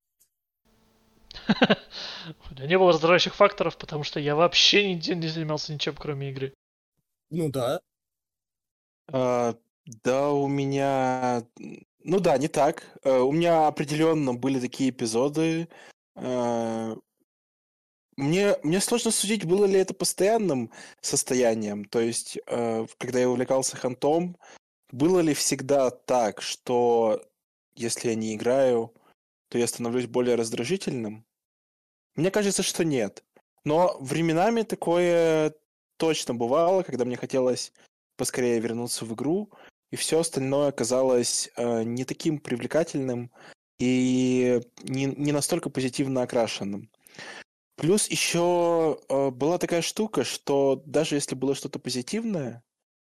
У меня не было раздражающих факторов, потому что я вообще не, не занимался ничем, кроме игры. Ну да. А, да, у меня... Ну да, не так. Э, У меня определенно были такие эпизоды. Э, Мне, мне сложно судить, было ли это постоянным состоянием. То есть, э, когда я увлекался хантом, было ли всегда так, что если я не играю, то я становлюсь более раздражительным? Мне кажется, что нет. Но временами такое точно бывало, когда мне хотелось поскорее вернуться в игру, и все остальное казалось э, не таким привлекательным и не, не настолько позитивно окрашенным. Плюс еще э, была такая штука, что даже если было что-то позитивное,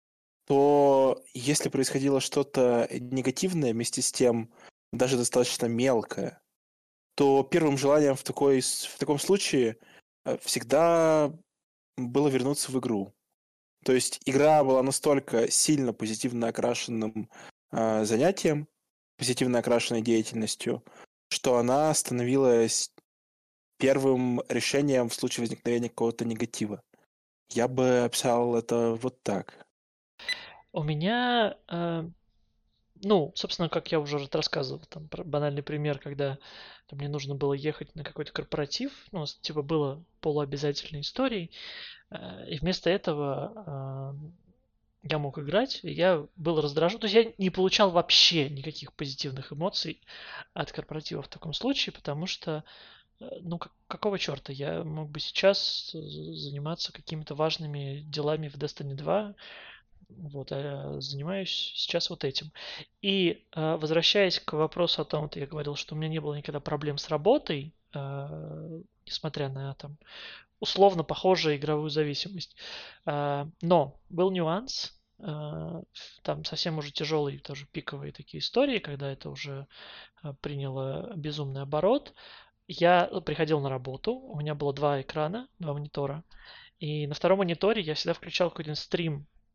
то если происходило что-то негативное вместе с тем, даже достаточно мелкое, то первым желанием в, такой, с- в таком случае э, всегда было вернуться в игру. То есть игра была настолько сильно позитивно окрашенным э, занятием, позитивно окрашенной деятельностью, что она становилась первым решением в случае возникновения какого-то негатива. Я бы описал это вот так. У меня, э, ну, собственно, как я уже рассказывал, там про банальный пример, когда там, мне нужно было ехать на какой-то корпоратив, ну, с- типа было полуобязательной историей, э, и вместо этого э, я мог играть, и я был раздражен. То есть я не получал вообще никаких позитивных эмоций от корпоратива в таком случае, потому что, э, ну, как- какого черта? Я мог бы сейчас э, заниматься какими-то важными делами в Destiny два, вот, а занимаюсь сейчас вот этим. И э, возвращаясь к вопросу о том, вот я говорил, что у меня не было никогда проблем с работой, э, несмотря на там условно похожую игровую зависимость. Э, Но был нюанс, э, там совсем уже тяжелые, тоже пиковые такие истории, когда это уже э, приняло безумный оборот. Я приходил на работу, у меня было два экрана, два монитора, и на втором мониторе я всегда включал какой-то стрим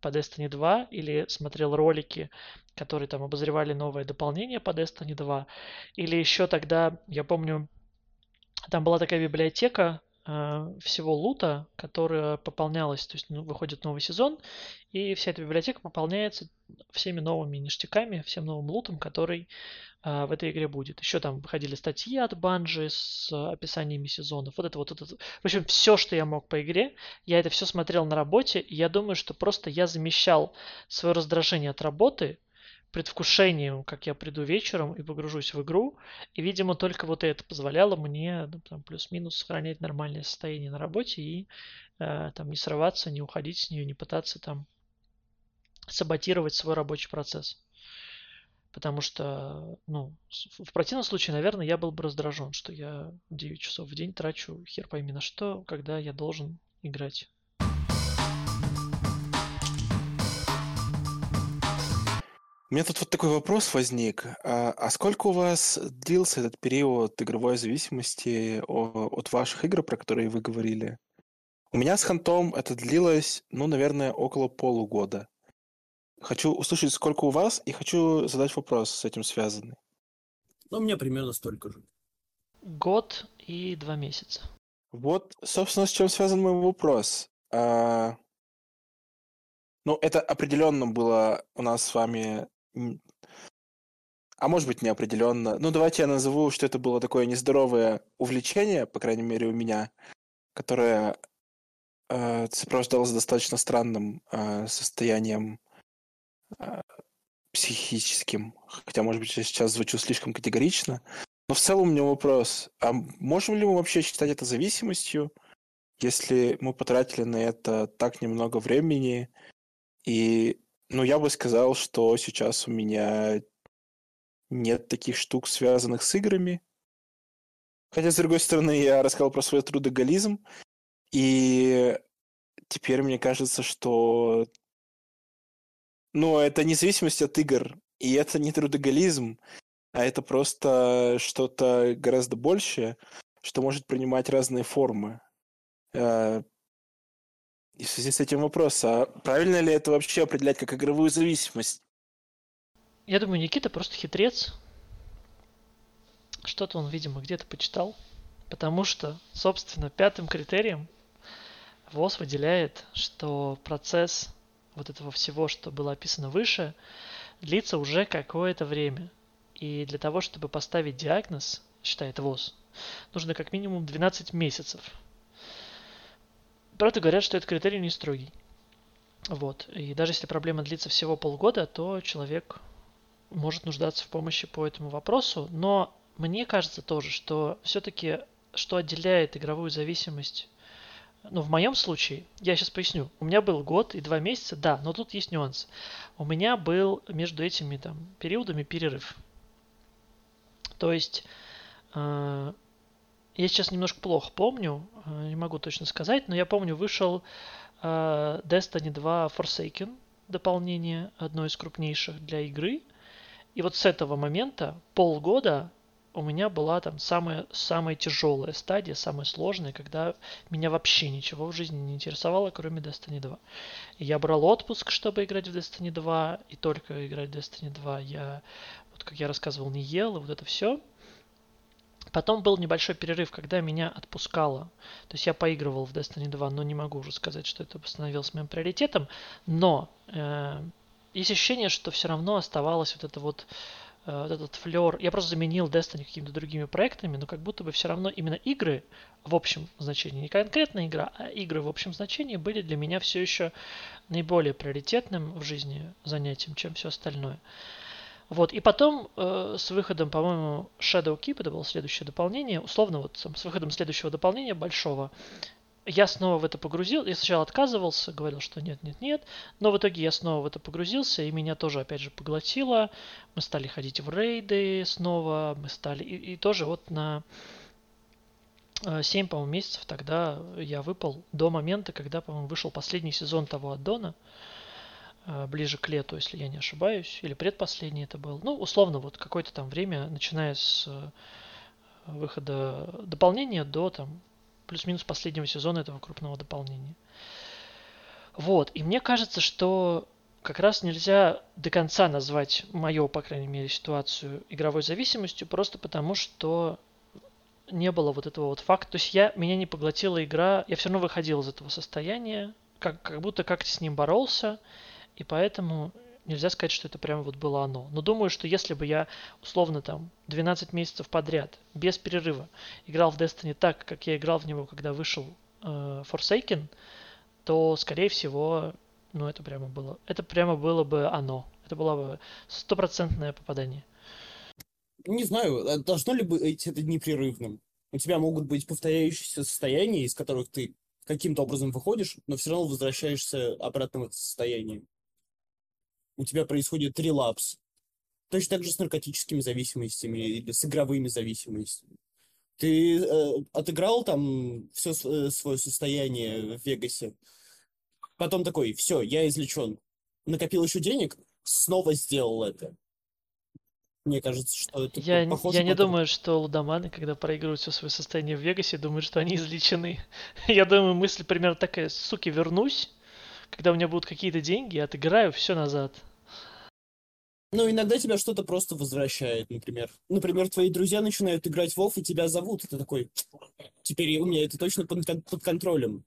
по Destiny два или смотрел ролики, которые там обозревали новое дополнение по Destiny два. Или еще тогда, я помню, там была такая библиотека э, всего лута, которая пополнялась, то есть ну, выходит новый сезон, и вся эта библиотека пополняется всеми новыми ништяками, всем новым лутом, который э, в этой игре будет. Еще там выходили статьи от Bungie с э, описаниями сезонов. Вот это вот это. В общем, все, что я мог по игре, я это все смотрел на работе, и я думаю, что просто я замещал свое раздражение от работы предвкушением, как я приду вечером и погружусь в игру. И, видимо, только вот это позволяло мне ну, там, плюс-минус сохранять нормальное состояние на работе и э, там не срываться, не уходить с нее, не пытаться там саботировать свой рабочий процесс. Потому что, ну, в противном случае, наверное, я был бы раздражен, что я девять часов в день трачу хер пойми на что, когда я должен играть. У меня тут вот такой вопрос возник. А, а сколько у вас длился этот период игровой зависимости о- от ваших игр, про которые вы говорили? У меня с Хантом это длилось, ну, наверное, около полугода. Хочу услышать, сколько у вас, и хочу задать вопрос с этим связанный. Ну, у меня примерно столько же. Год и два месяца. Вот, собственно, с чем связан мой вопрос. А, ну, это определенно было у нас с вами... м, А может быть, неопределенно. Ну, давайте я назову, что это было такое нездоровое увлечение, по крайней мере, у меня, которое э, сопровождалось достаточно странным э, состоянием э, психическим. Хотя, может быть, я сейчас звучу слишком категорично. Но в целом у меня вопрос. А можем ли мы вообще считать это зависимостью, если мы потратили на это так немного времени? И, ну, я бы сказал, что сейчас у меня нет таких штук, связанных с играми. Хотя, с другой стороны, я рассказал про свой трудоголизм, и теперь мне кажется, что ну, это независимость от игр, и это не трудоголизм, а это просто что-то гораздо большее, что может принимать разные формы. Э, И в связи с этим вопрос, а правильно ли это вообще определять как игровую зависимость? Я думаю, Никита просто хитрец. Что-то он, видимо, где-то почитал. Потому что, собственно, пятым критерием ВОЗ выделяет, что процесс вот этого всего, что было описано выше, длится уже какое-то время. И для того, чтобы поставить диагноз, считает ВОЗ, нужно как минимум двенадцать месяцев. Правда, говорят, что этот критерий не строгий. Вот. И даже если проблема длится всего полгода, то человек может нуждаться в помощи по этому вопросу. Но мне кажется тоже, что все-таки, что отделяет игровую зависимость, ну, в моем случае, я сейчас поясню, у меня был год и два месяца, да, но тут есть нюанс. У меня был между этими там периодами перерыв. То есть, э, я сейчас немножко плохо помню, э, не могу точно сказать, но я помню, вышел э, Destiny два Forsaken, дополнение, одно из крупнейших для игры. И вот с этого момента полгода у меня была там самая, самая тяжелая стадия, самая сложная, когда меня вообще ничего в жизни не интересовало, кроме Destiny два. И я брал отпуск, чтобы играть в Destiny два, и только играть в Destiny два я, вот как я рассказывал, не ел, и вот это все. Потом был небольшой перерыв, когда меня отпускало. То есть я поигрывал в Destiny два, но не могу уже сказать, что это становилось моим приоритетом. Но э, есть ощущение, что все равно оставалось вот это вот, э, вот этот флер. Я просто заменил Destiny какими-то другими проектами, но как будто бы все равно именно игры в общем значении, не конкретная игра, а игры в общем значении были для меня все еще наиболее приоритетным в жизни занятием, чем все остальное. Вот, и потом э, с выходом, по-моему, Shadow Keep, это было следующее дополнение, условно, вот с выходом следующего дополнения большого, я снова в это погрузил. Я сначала отказывался, говорил, что нет, нет, нет, но в итоге я снова в это погрузился, и меня тоже, опять же, поглотило. Мы стали ходить в рейды снова, мы стали, и, и тоже вот на семь, по-моему, месяцев тогда я выпал до момента, когда, по-моему, вышел последний сезон того аддона, ближе к лету, если я не ошибаюсь, или предпоследний это был. Ну, условно, вот какое-то там время, начиная с выхода дополнения до там плюс-минус последнего сезона этого крупного дополнения. Вот, и мне кажется, что как раз нельзя до конца назвать мою, по крайней мере, ситуацию игровой зависимостью, просто потому что не было вот этого вот факта. То есть я, меня не поглотила игра, я все равно выходил из этого состояния, как, как будто как-то с ним боролся, и поэтому нельзя сказать, что это прямо вот было оно. Но думаю, что если бы я условно там двенадцать месяцев подряд, без перерыва, играл в Destiny так, как я играл в него, когда вышел э, Forsaken, то, скорее всего, ну, это прямо было, это прямо было бы оно. Это было бы стопроцентное попадание. Не знаю, а должно ли быть это непрерывным? У тебя могут быть повторяющиеся состояния, из которых ты каким-то образом выходишь, но все равно возвращаешься обратно в это состояние. У тебя происходит релапс. Точно так же с наркотическими зависимостями или с игровыми зависимостями. Ты э, отыграл там все свое состояние в Вегасе, потом такой, все, я излечен. Накопил еще денег, снова сделал это. Мне кажется, что это Я, похоже я не на то. думаю, что лудоманы, когда проигрывают все свое состояние в Вегасе, думают, что они излечены. Я думаю, мысль примерно такая: суки, вернусь, когда у меня будут какие-то деньги, отыграю все назад. Ну, иногда тебя что-то просто возвращает, например. Например, твои друзья начинают играть в WoW, и тебя зовут, и ты такой, теперь у меня это точно под, кон- под контролем.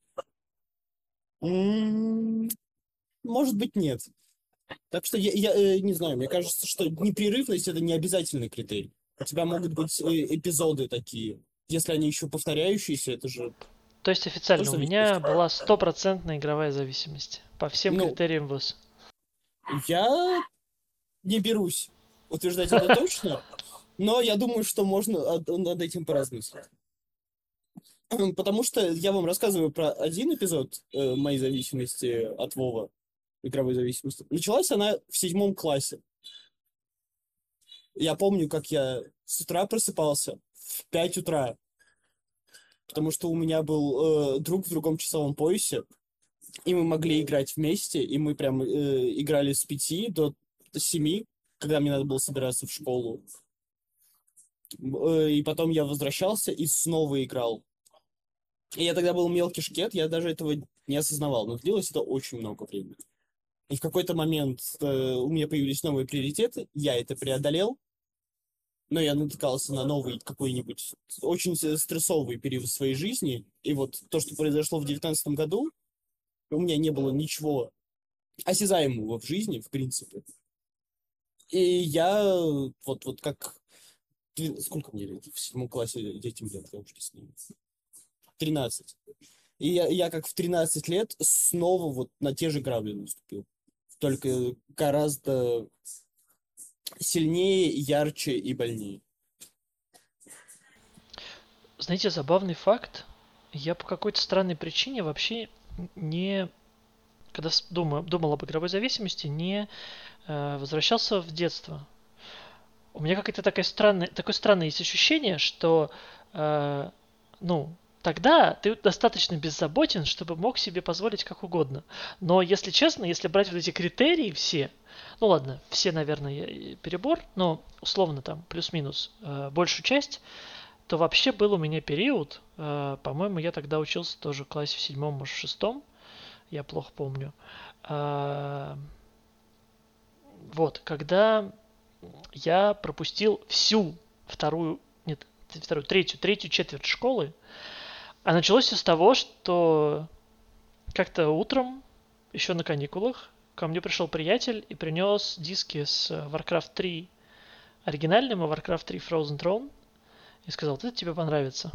М, Может быть, нет. Так что я, я, э, не знаю, мне кажется, что непрерывность — это не обязательный критерий. У тебя могут быть э, эпизоды такие. Если они еще повторяющиеся, это же То есть официально тоже у зависимость. меня была стопроцентная игровая зависимость по всем Ну, критериям ВОЗ. я не берусь утверждать это точно, но я думаю, что можно от- над этим поразмыслить. Потому что я вам рассказываю про один эпизод э, моей зависимости от Вова, игровой зависимости. Началась она в седьмом классе. Я помню, как я с утра просыпался в пять утра, потому что у меня был э, друг в другом часовом поясе, и мы могли играть вместе, и мы прям э, играли с пяти до семи, когда мне надо было собираться в школу. Э, и потом я возвращался и снова играл. И я тогда был мелкий шкет, я даже этого не осознавал, но длилось это очень много времени. И в какой-то момент э, у меня появились новые приоритеты, я это преодолел, но я натыкался на новый какой-нибудь очень с- стрессовый период в своей жизни. И вот то, что произошло в девятнадцатом году, у меня не было ничего осязаемого в жизни, в принципе. И я вот, вот как... три- Сколько мне лет? В седьмом классе детям лет, я уже не знаю. тринадцать. И я, я как в тринадцать лет снова вот на те же грабли наступил. Только гораздо сильнее, ярче и больнее. Знаете, забавный факт. Я по какой-то странной причине вообще не, когда с- думаю, думал об игровой зависимости, не э, возвращался в детство. У меня какое-то такое странное, такое странное есть ощущение, что, э, ну, тогда ты достаточно беззаботен, чтобы мог себе позволить как угодно. Но, если честно, если брать вот эти критерии все, ну ладно, все, наверное, и перебор, но условно там плюс-минус э, большую часть, то вообще был у меня период, э, по-моему, я тогда учился тоже в классе в седьмом, может, в шестом, я плохо помню. Э, вот, когда я пропустил всю вторую, нет, вторую, третью, третью четверть школы. А началось все с того, что как-то утром, еще на каникулах, ко мне пришел приятель и принес диски с Warcraft три оригинальным и Warcraft три Frozen Throne и сказал: вот это тебе понравится.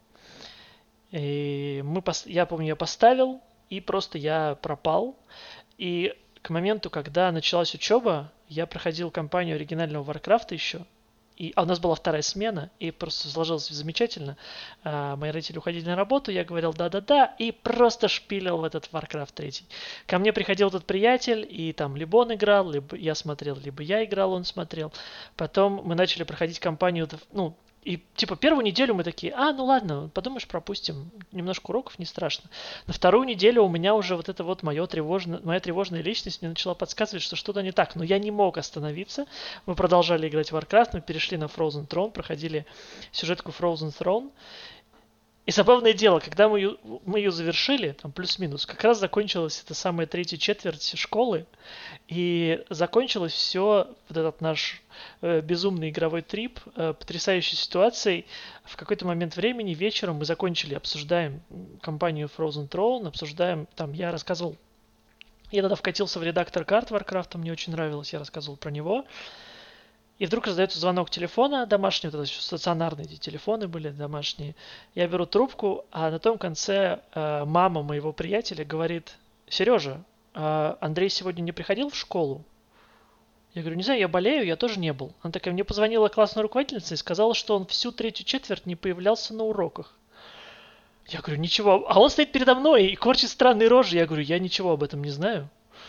И мы, я помню, я поставил, и просто я пропал. И к моменту, когда началась учеба, я проходил кампанию оригинального Warcraft еще. И, а у нас была вторая смена, и просто сложилось замечательно. А, мои родители уходили на работу, я говорил да-да-да, и просто шпилил в этот Warcraft три. Ко мне приходил этот приятель, и там либо он играл, либо я смотрел, либо я играл, он смотрел. Потом мы начали проходить кампанию, ну, и типа первую неделю мы такие: а, ну ладно, подумаешь, пропустим немножко уроков, не страшно. На вторую неделю у меня уже вот это вот моё тревожное, моя тревожная личность мне начала подсказывать, что что-то не так. Но я не мог остановиться. Мы продолжали играть в Warcraft, мы перешли на Frozen Throne, проходили сюжетку Frozen Throne. И забавное дело, когда мы ее, мы ее завершили, там плюс-минус, как раз закончилась эта самая третья четверть школы, и закончилось все, вот этот наш э, безумный игровой трип, э, потрясающей ситуацией. В какой-то момент времени вечером мы закончили, обсуждаем компанию Frozen Throne, обсуждаем, там я рассказывал, я тогда вкатился в редактор карт Warcraft, мне очень нравилось, я рассказывал про него. И вдруг раздается звонок телефона домашнего, вот это еще стационарные эти телефоны были домашние. Я беру трубку, а на том конце э, мама моего приятеля говорит: Сережа, э, Андрей сегодня не приходил в школу? Я говорю, не знаю, я болею, я тоже не был. Она такая, мне позвонила классная руководительница и сказала, что он всю третью четверть не появлялся на уроках. Я говорю, ничего. А он стоит передо мной и корчит странные рожи. Я говорю, я ничего об этом не знаю.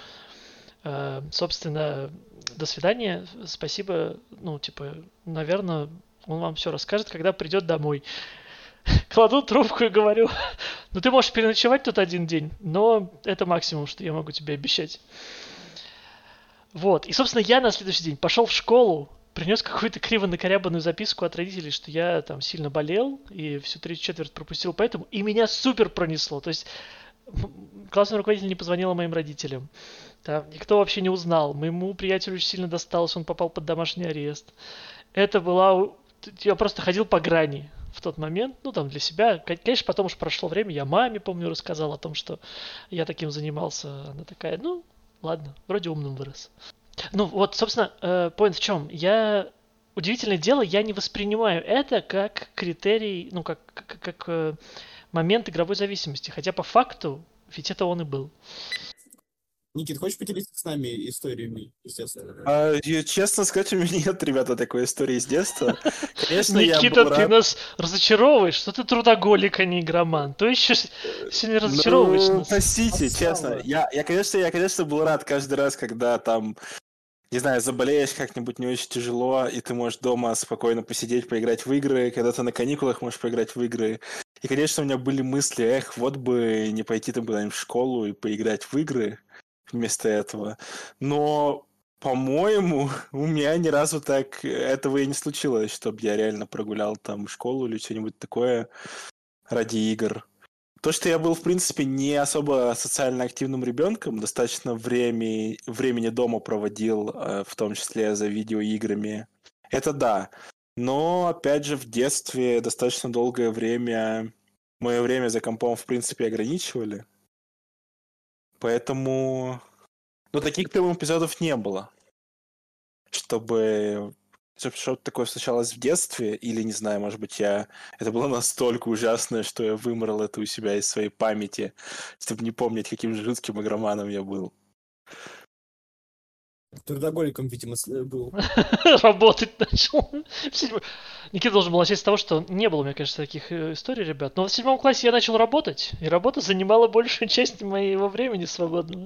Uh, собственно, до свидания, спасибо, ну, типа, наверное, он вам все расскажет, когда придет домой. Кладу трубку и говорю, ну, ты можешь переночевать тут один день, но это максимум, что я могу тебе обещать. Вот, и, собственно, я на следующий день пошел в школу, принес какую-то криво накорябанную записку от родителей, что я там сильно болел и всю третью четверть пропустил поэтому, и меня супер пронесло, то есть классный руководитель не позвонила моим родителям. Да, никто вообще не узнал. Моему приятелю очень сильно досталось, он попал под домашний арест. Это была... Я просто ходил по грани в тот момент, ну там для себя. Конечно, потом уж прошло время, я маме, помню, рассказал о том, что я таким занимался. Она такая, ну, ладно, вроде умным вырос. Ну вот, собственно, point в чем? Я... Удивительное дело, я не воспринимаю это как критерий, ну, как, как, как момент игровой зависимости. Хотя по факту, ведь это он и был. Никит, хочешь поделиться с нами историями, естественно? А, честно сказать, у меня нет, ребята, такой истории с детства. Конечно, я Никита, был ты рад... нас разочаровываешь, что ты трудоголик, а не игроман. То еще сильно разочаровываешь ну, нас. Простите, честно. Я, я, конечно, я, конечно, был рад каждый раз, когда там, не знаю, заболеешь как-нибудь не очень тяжело, и ты можешь дома спокойно посидеть, поиграть в игры, когда ты на каникулах можешь поиграть в игры. И, конечно, у меня были мысли, эх, вот бы не пойти там куда-нибудь в школу и поиграть в игры вместо этого. Но, по-моему, у меня ни разу так этого и не случилось, чтобы я реально прогулял там школу или что-нибудь такое ради игр. То, что я был, в принципе, не особо социально активным ребенком, достаточно времени, времени дома проводил, в том числе за видеоиграми, это да. Но, опять же, в детстве достаточно долгое время мое время за компом, в принципе, ограничивали. Поэтому... Ну, таких прямых эпизодов не было. Чтобы... Чтобы что-то такое случалось в детстве, или, не знаю, может быть, я... Это было настолько ужасное, что я вымрал это у себя из своей памяти, чтобы не помнить, каким жутким игроманом я был. Трудоголиком, видимо, был. Работать начал. Никита должен был начать с того, что не было, мне кажется, таких историй, ребят. Но в седьмом классе я начал работать, и работа занимала большую часть моего времени свободного.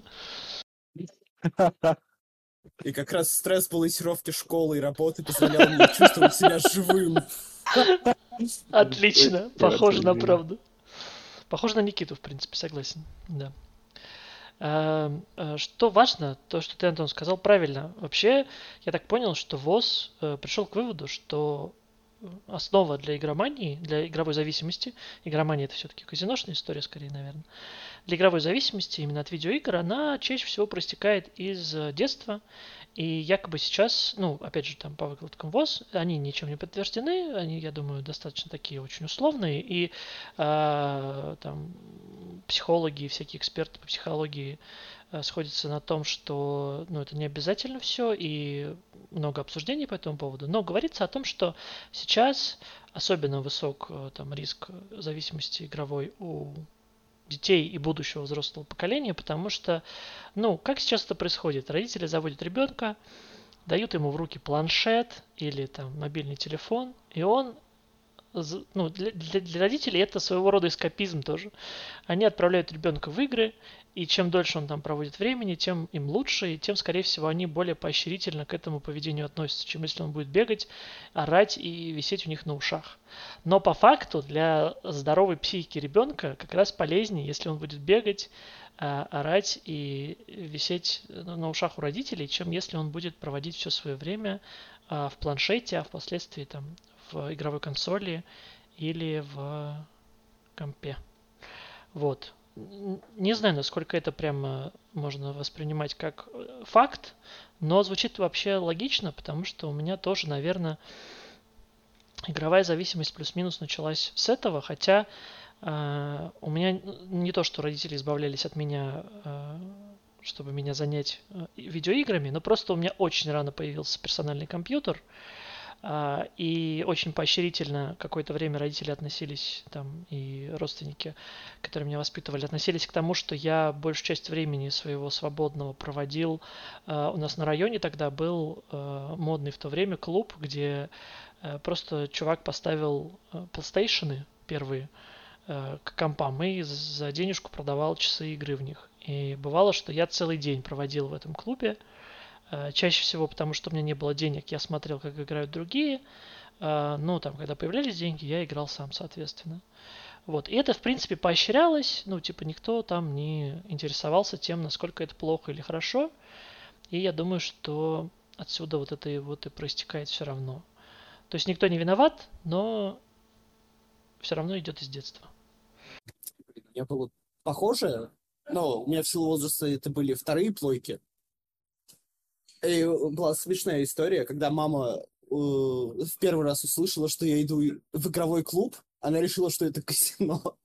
И как раз стресс балансировки школы и работы позволял мне чувствовать себя живым. Отлично, похоже на правду. Похоже на Никиту, в принципе, согласен. Да. Что важно, то, что ты, Антон, сказал правильно. Вообще, я так понял, что ВОЗ пришел к выводу, что основа для игромании, для игровой зависимости, игромания это все-таки казиношная история, скорее, наверное, для игровой зависимости именно от видеоигр, она чаще всего проистекает из детства. И якобы сейчас, ну, опять же, там по выкладкам ВОЗ, они ничем не подтверждены, они, я думаю, достаточно такие очень условные, и э, там психологи и всякие эксперты по психологии э, сходятся на том, что, ну, это не обязательно все, и много обсуждений по этому поводу, но говорится о том, что сейчас особенно высок э, там риск зависимости игровой у детей и будущего взрослого поколения, потому что, ну, как сейчас это происходит? Родители заводят ребенка, дают ему в руки планшет или там мобильный телефон, и он, ну, для, для, для родителей это своего рода эскапизм тоже. Они отправляют ребенка в игры, и чем дольше он там проводит времени, тем им лучше, и тем, скорее всего, они более поощрительно к этому поведению относятся, чем если он будет бегать, орать и висеть у них на ушах. Но по факту для здоровой психики ребенка как раз полезнее, если он будет бегать, орать и висеть на ушах у родителей, чем если он будет проводить все свое время в планшете, а впоследствии там в игровой консоли или в компе. Вот. Не знаю, насколько это прямо можно воспринимать как факт, но звучит вообще логично, потому что у меня тоже, наверное, игровая зависимость плюс-минус началась с этого, хотя э, у меня не то, что родители избавлялись от меня, э, чтобы меня занять э, видеоиграми, но просто у меня очень рано появился персональный компьютер, э, и очень поощрительно какое-то время родители относились, там, и родственники, которые меня воспитывали, относились к тому, что я большую часть времени своего свободного проводил. Э, у нас на районе тогда был э, модный в то время клуб, где просто чувак поставил PlayStation первые к компам и за денежку продавал часы игры в них. И бывало, что я целый день проводил в этом клубе. Чаще всего потому, что у меня не было денег, я смотрел, как играют другие. Ну, там, когда появлялись деньги, я играл сам, соответственно. Вот. И это, в принципе, поощрялось. Ну, типа, никто там не интересовался тем, насколько это плохо или хорошо. И я думаю, что отсюда вот это вот и проистекает все равно. То есть никто не виноват, но все равно идет из детства. У меня было похоже, но у меня в силу возраста это были вторые плойки. И была смешная история, когда мама э, в первый раз услышала, что я иду в игровой клуб, она решила, что это казино.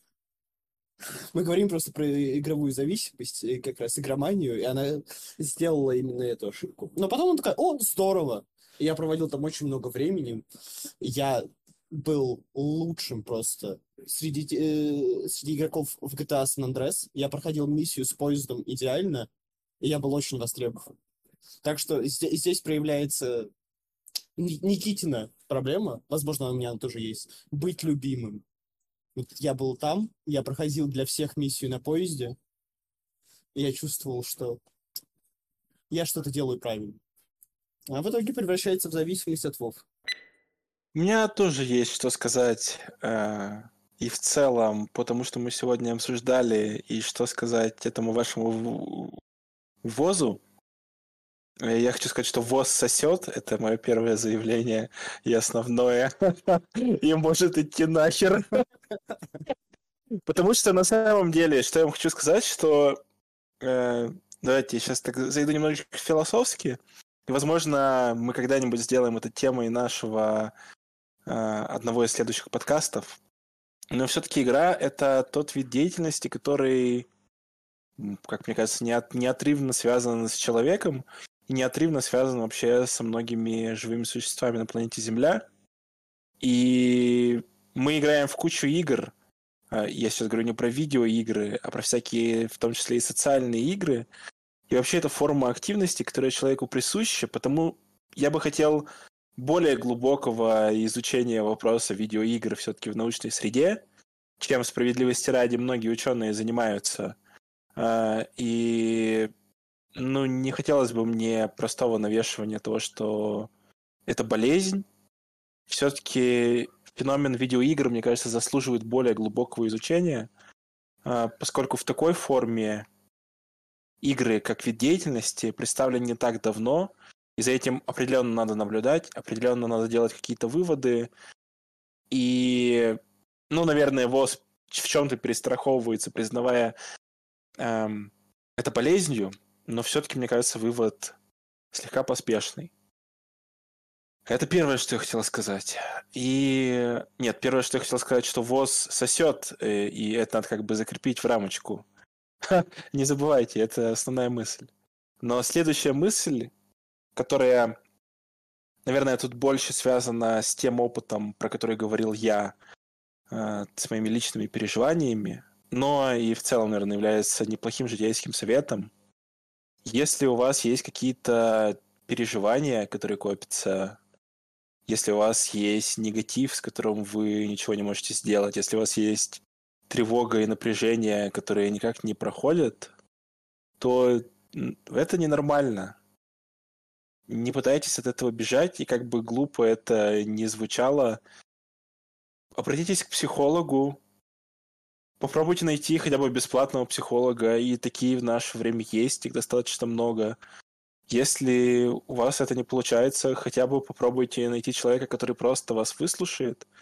Мы говорим просто про игровую зависимость, как раз игроманию, и она сделала именно эту ошибку. Но потом она такая: о, здорово! Я проводил там очень много времени. Я был лучшим просто среди, э, среди игроков в джи ти эй San Andreas. Я проходил миссию с поездом идеально, и я был очень востребован. Так что здесь, здесь проявляется Никитина проблема, возможно, у меня она тоже есть, быть любимым. Вот я был там, я проходил для всех миссию на поезде, и я чувствовал, что я что-то делаю правильно. А в итоге превращается в зависимость от ВОВ. У меня тоже есть что сказать. Э, и в целом, потому что мы сегодня обсуждали, и что сказать этому вашему ВОЗу. Я хочу сказать, что ВОЗ сосет. Это мое первое заявление и основное. И может идти нахер. Потому что на самом деле, что я вам хочу сказать, что... Э, давайте я сейчас так зайду немножечко философски. И, возможно, мы когда-нибудь сделаем это темой нашего э, одного из следующих подкастов. Но все-таки игра — это тот вид деятельности, который, как мне кажется, неот, неотрывно связан с человеком и неотрывно связан вообще со многими живыми существами на планете Земля. И мы играем в кучу игр. Я сейчас говорю не про видеоигры, а про всякие, в том числе и социальные игры. И вообще это форма активности, которая человеку присуща, потому я бы хотел более глубокого изучения вопроса видеоигр все-таки в научной среде, чем справедливости ради многие ученые занимаются. И ну, не хотелось бы мне простого навешивания того, что это болезнь. Все-таки феномен видеоигр, мне кажется, заслуживает более глубокого изучения, поскольку в такой форме игры как вид деятельности представлены не так давно, и за этим определенно надо наблюдать, определенно надо делать какие-то выводы. И, ну, наверное, ВОЗ в чем-то перестраховывается, признавая эм, это болезнью, но все-таки, мне кажется, вывод слегка поспешный. Это первое, что я хотел сказать. И нет, первое, что я хотел сказать, что ВОЗ сосет, и это надо как бы закрепить в рамочку. Не забывайте, это основная мысль. Но следующая мысль, которая, наверное, тут больше связана с тем опытом, про который говорил я, с моими личными переживаниями, но и в целом, наверное, является неплохим житейским советом. Если у вас есть какие-то переживания, которые копятся, если у вас есть негатив, с которым вы ничего не можете сделать, если у вас есть тревога и напряжение, которые никак не проходят, то это ненормально. Не пытайтесь от этого бежать, и как бы глупо это ни звучало, обратитесь к психологу, попробуйте найти хотя бы бесплатного психолога, и такие в наше время есть, их достаточно много. Если у вас это не получается, хотя бы попробуйте найти человека, который просто вас выслушает,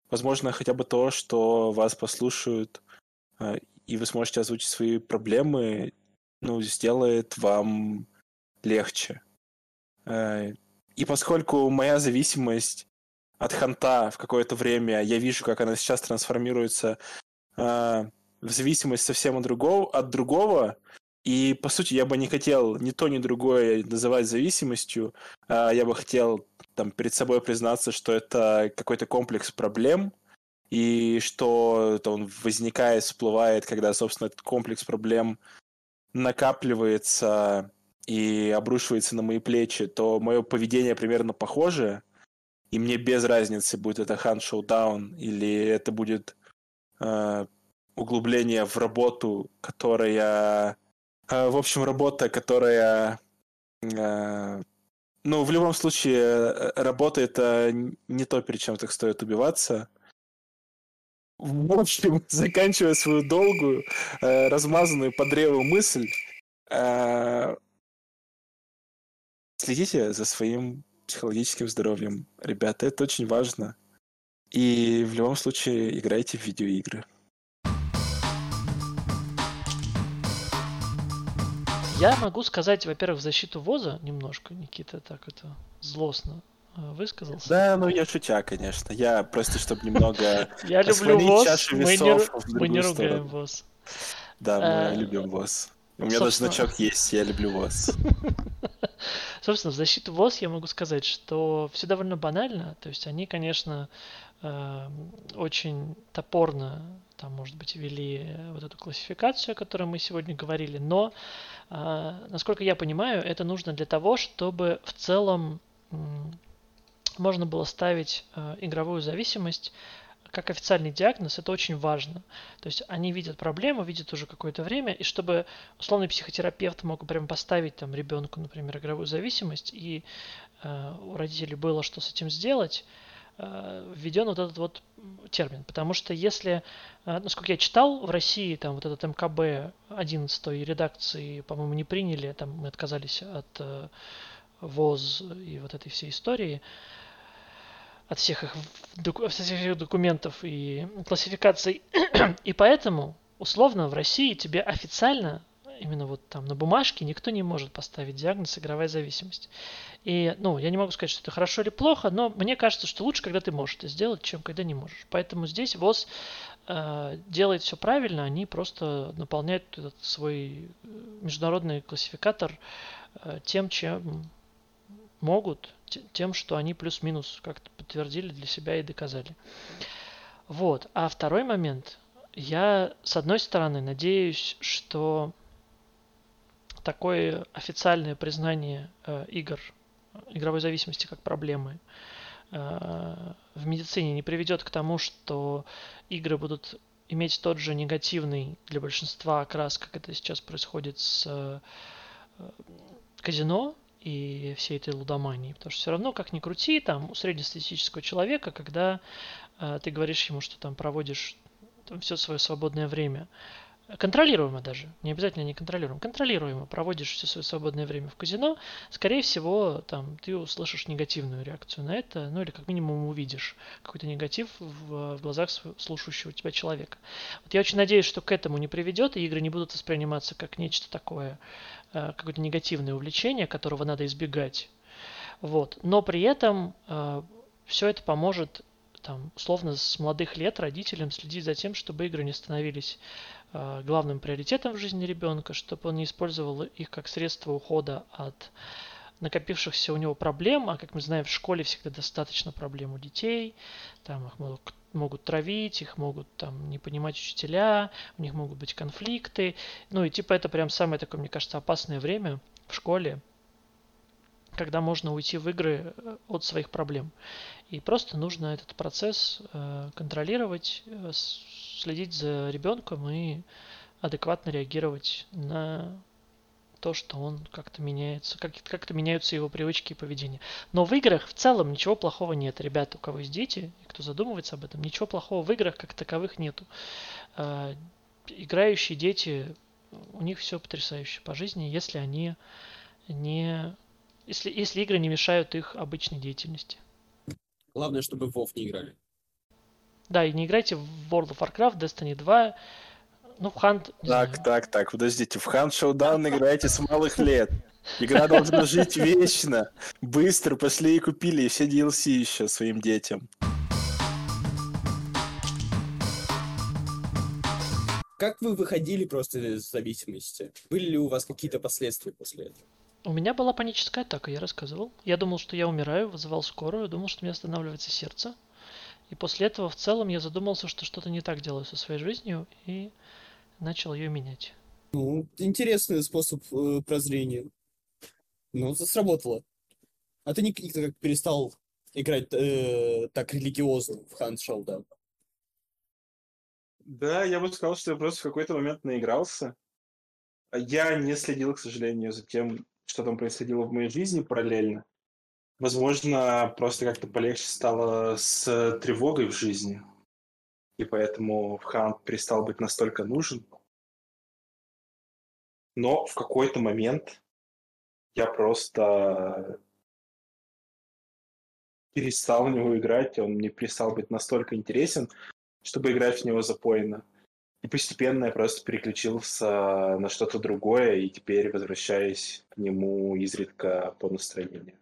возможно, хотя бы то, что вас послушают, э, и вы сможете озвучить свои проблемы, ну, сделает вам легче. Э, И поскольку моя зависимость от ханта в какое-то время, я вижу, как она сейчас трансформируется э, в зависимость совсем от другого, от другого, и, по сути, я бы не хотел ни то, ни другое называть зависимостью, э, я бы хотел там, перед собой признаться, что это какой-то комплекс проблем, и что это он возникает, всплывает, когда, собственно, этот комплекс проблем накапливается и обрушивается на мои плечи, то мое поведение примерно похоже, и мне без разницы, будет это Hunt Showdown или это будет э, углубление в работу, которая... э, в общем, работа, которая... э, ну, в любом случае, э, работа — это не то, перед чем так стоит убиваться. В общем, заканчивая свою долгую, э, размазанную по древу мысль, э, следите за своим психологическим здоровьем. Ребята, это очень важно. И в любом случае играйте в видеоигры. Я могу сказать, во-первых, в защиту ВОЗа немножко. Никита так это злостно э, высказался. Да, ну я шутя, конечно. Я просто, чтобы немного Я люблю склонить ВОЗ, чашу мы не, весов ру- в мы не другую ругаем сторону. ВОЗ. Да, мы Э, любим ВОЗ. У меня даже Собственно, значок есть, я люблю ВОЗ. собственно, в защиту ВОЗ я могу сказать, что все довольно банально. То есть они, конечно, э, очень топорно, там, может быть, ввели вот эту классификацию, о которой мы сегодня говорили, но, э, насколько я понимаю, это нужно для того, чтобы в целом м, можно было ставить э, игровую зависимость как официальный диагноз. Это очень важно. То есть они видят проблему, видят уже какое-то время, и чтобы условный психотерапевт мог прям поставить там ребенку, например, игровую зависимость, и э, у родителей было что с этим сделать, э, введен вот этот вот термин. Потому что если, э, насколько я читал, в России там вот этот эм ка бэ одиннадцатой редакции, по-моему, не приняли, там мы отказались от э, ВОЗ и вот этой всей истории, от всех их доку- всех их документов и классификаций. И поэтому, условно, в России тебе официально, именно вот там на бумажке, никто не может поставить диагноз игровая зависимость. И, ну, я не могу сказать, что это хорошо или плохо, но мне кажется, что лучше, когда ты можешь это сделать, чем когда не можешь. Поэтому здесь ВОЗ э, делает все правильно, они просто наполняют этот свой международный классификатор э, тем, чем могут, тем, что они плюс-минус как-то подтвердили для себя и доказали. Вот. А второй момент. Я, с одной стороны, надеюсь, что такое официальное признание э, игр, игровой зависимости как проблемы э, в медицине не приведет к тому, что игры будут иметь тот же негативный для большинства окрас, как это сейчас происходит с э, казино и всей этой лудомании. Потому что все равно, как ни крути, там у среднестатистического человека, когда э, ты говоришь ему, что там проводишь там, все свое свободное время, контролируемо даже, не обязательно не контролируемо, контролируемо проводишь все свое свободное время в казино, скорее всего, там ты услышишь негативную реакцию на это, ну или как минимум увидишь какой-то негатив в, в глазах слушающего тебя человека. Вот я очень надеюсь, что к этому не приведет, и игры не будут восприниматься как нечто такое, какое-то негативное увлечение, которого надо избегать. Вот. Но при этом э, все это поможет там, условно, с молодых лет родителям следить за тем, чтобы игры не становились э, главным приоритетом в жизни ребенка, чтобы он не использовал их как средство ухода от накопившихся у него проблем, а как мы знаем, в школе всегда достаточно проблем у детей, там их могут, могут травить, их могут там не понимать учителя, у них могут быть конфликты, ну и типа это прям самое такое, мне кажется, опасное время в школе, когда можно уйти в игры от своих проблем. И просто нужно этот процесс э, контролировать, э, следить за ребенком и адекватно реагировать на то, что он как-то меняется, как- как-то меняются его привычки и поведение. Но в играх в целом ничего плохого нет. Ребята, у кого есть дети, кто задумывается об этом, ничего плохого в играх как таковых нету. Э, играющие дети, у них все потрясающе по жизни, если они не... Если, если игры не мешают их обычной деятельности. Главное, чтобы в Вов не играли. Да, и не играйте в World of Warcraft, Destiny два, ну, в Hunt, не Так, знаю. так, так, подождите. В Hunt Showdown играете с малых лет. Игра должна жить вечно. Быстро пошли и купили все ди эл си еще своим детям. Как вы выходили просто из зависимости? Были ли у вас какие-то последствия после этого? У меня была паническая атака, я рассказывал. Я думал, что я умираю, вызывал скорую, думал, что у меня останавливается сердце. И после этого в целом я задумался, что что-то не так делаю со своей жизнью, и начал ее менять. Ну, интересный способ э, прозрения. Ну, это сработало. А ты не как перестал играть э, так религиозно в Hunt Showdown? Да, я бы сказал, что я просто в какой-то момент наигрался. Я не следил, к сожалению, за тем, что там происходило в моей жизни параллельно. Возможно, просто как-то полегче стало с тревогой в жизни. И поэтому в Hunt перестал быть настолько нужен. Но в какой-то момент я просто перестал в него играть, он мне перестал быть настолько интересен, чтобы играть в него запойно. И постепенно я просто переключился на что-то другое, и теперь возвращаюсь к нему изредка по настроению.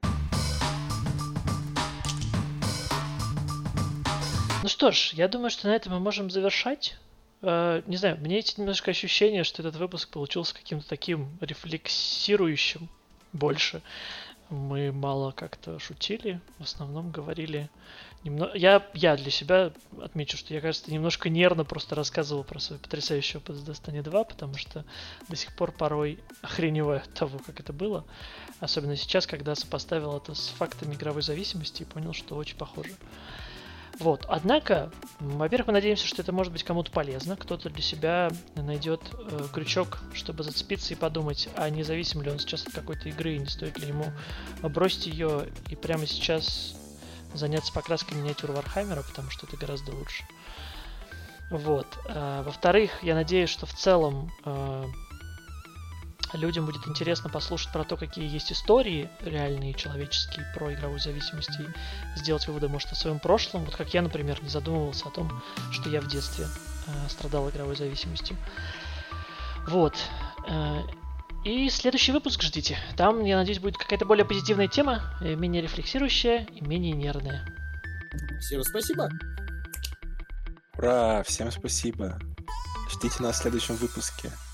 Ну что ж, я думаю, что на этом мы можем завершать. Э, не знаю, мне есть немножко ощущение, что этот выпуск получился каким-то таким рефлексирующим больше. Мы мало как-то шутили, в основном говорили... Немно... Я, я для себя отмечу, что я, кажется, немножко нервно просто рассказывал про свой потрясающий опыт с Destiny два, потому что до сих пор порой охреневаю от того, как это было. Особенно сейчас, когда сопоставил это с фактами игровой зависимости и понял, что очень похоже. Вот, однако, во-первых, мы надеемся, что это может быть кому-то полезно, кто-то для себя найдет э, крючок, чтобы зацепиться и подумать, а не зависим ли он сейчас от какой-то игры, и не стоит ли ему бросить ее и прямо сейчас заняться покраской миниатюр Вархаммера, потому что это гораздо лучше. Вот. А, во-вторых, я надеюсь, что в целом э, людям будет интересно послушать про то, какие есть истории реальные, человеческие, про игровую зависимость, и сделать выводы, может, о своем прошлом. Вот как я, например, не задумывался о том, что я в детстве э, страдал игровой зависимостью. Вот. Э, и следующий выпуск ждите. Там, я надеюсь, будет какая-то более позитивная тема, менее рефлексирующая и менее нервная. Всем спасибо. Ура, всем спасибо. Ждите нас в следующем выпуске.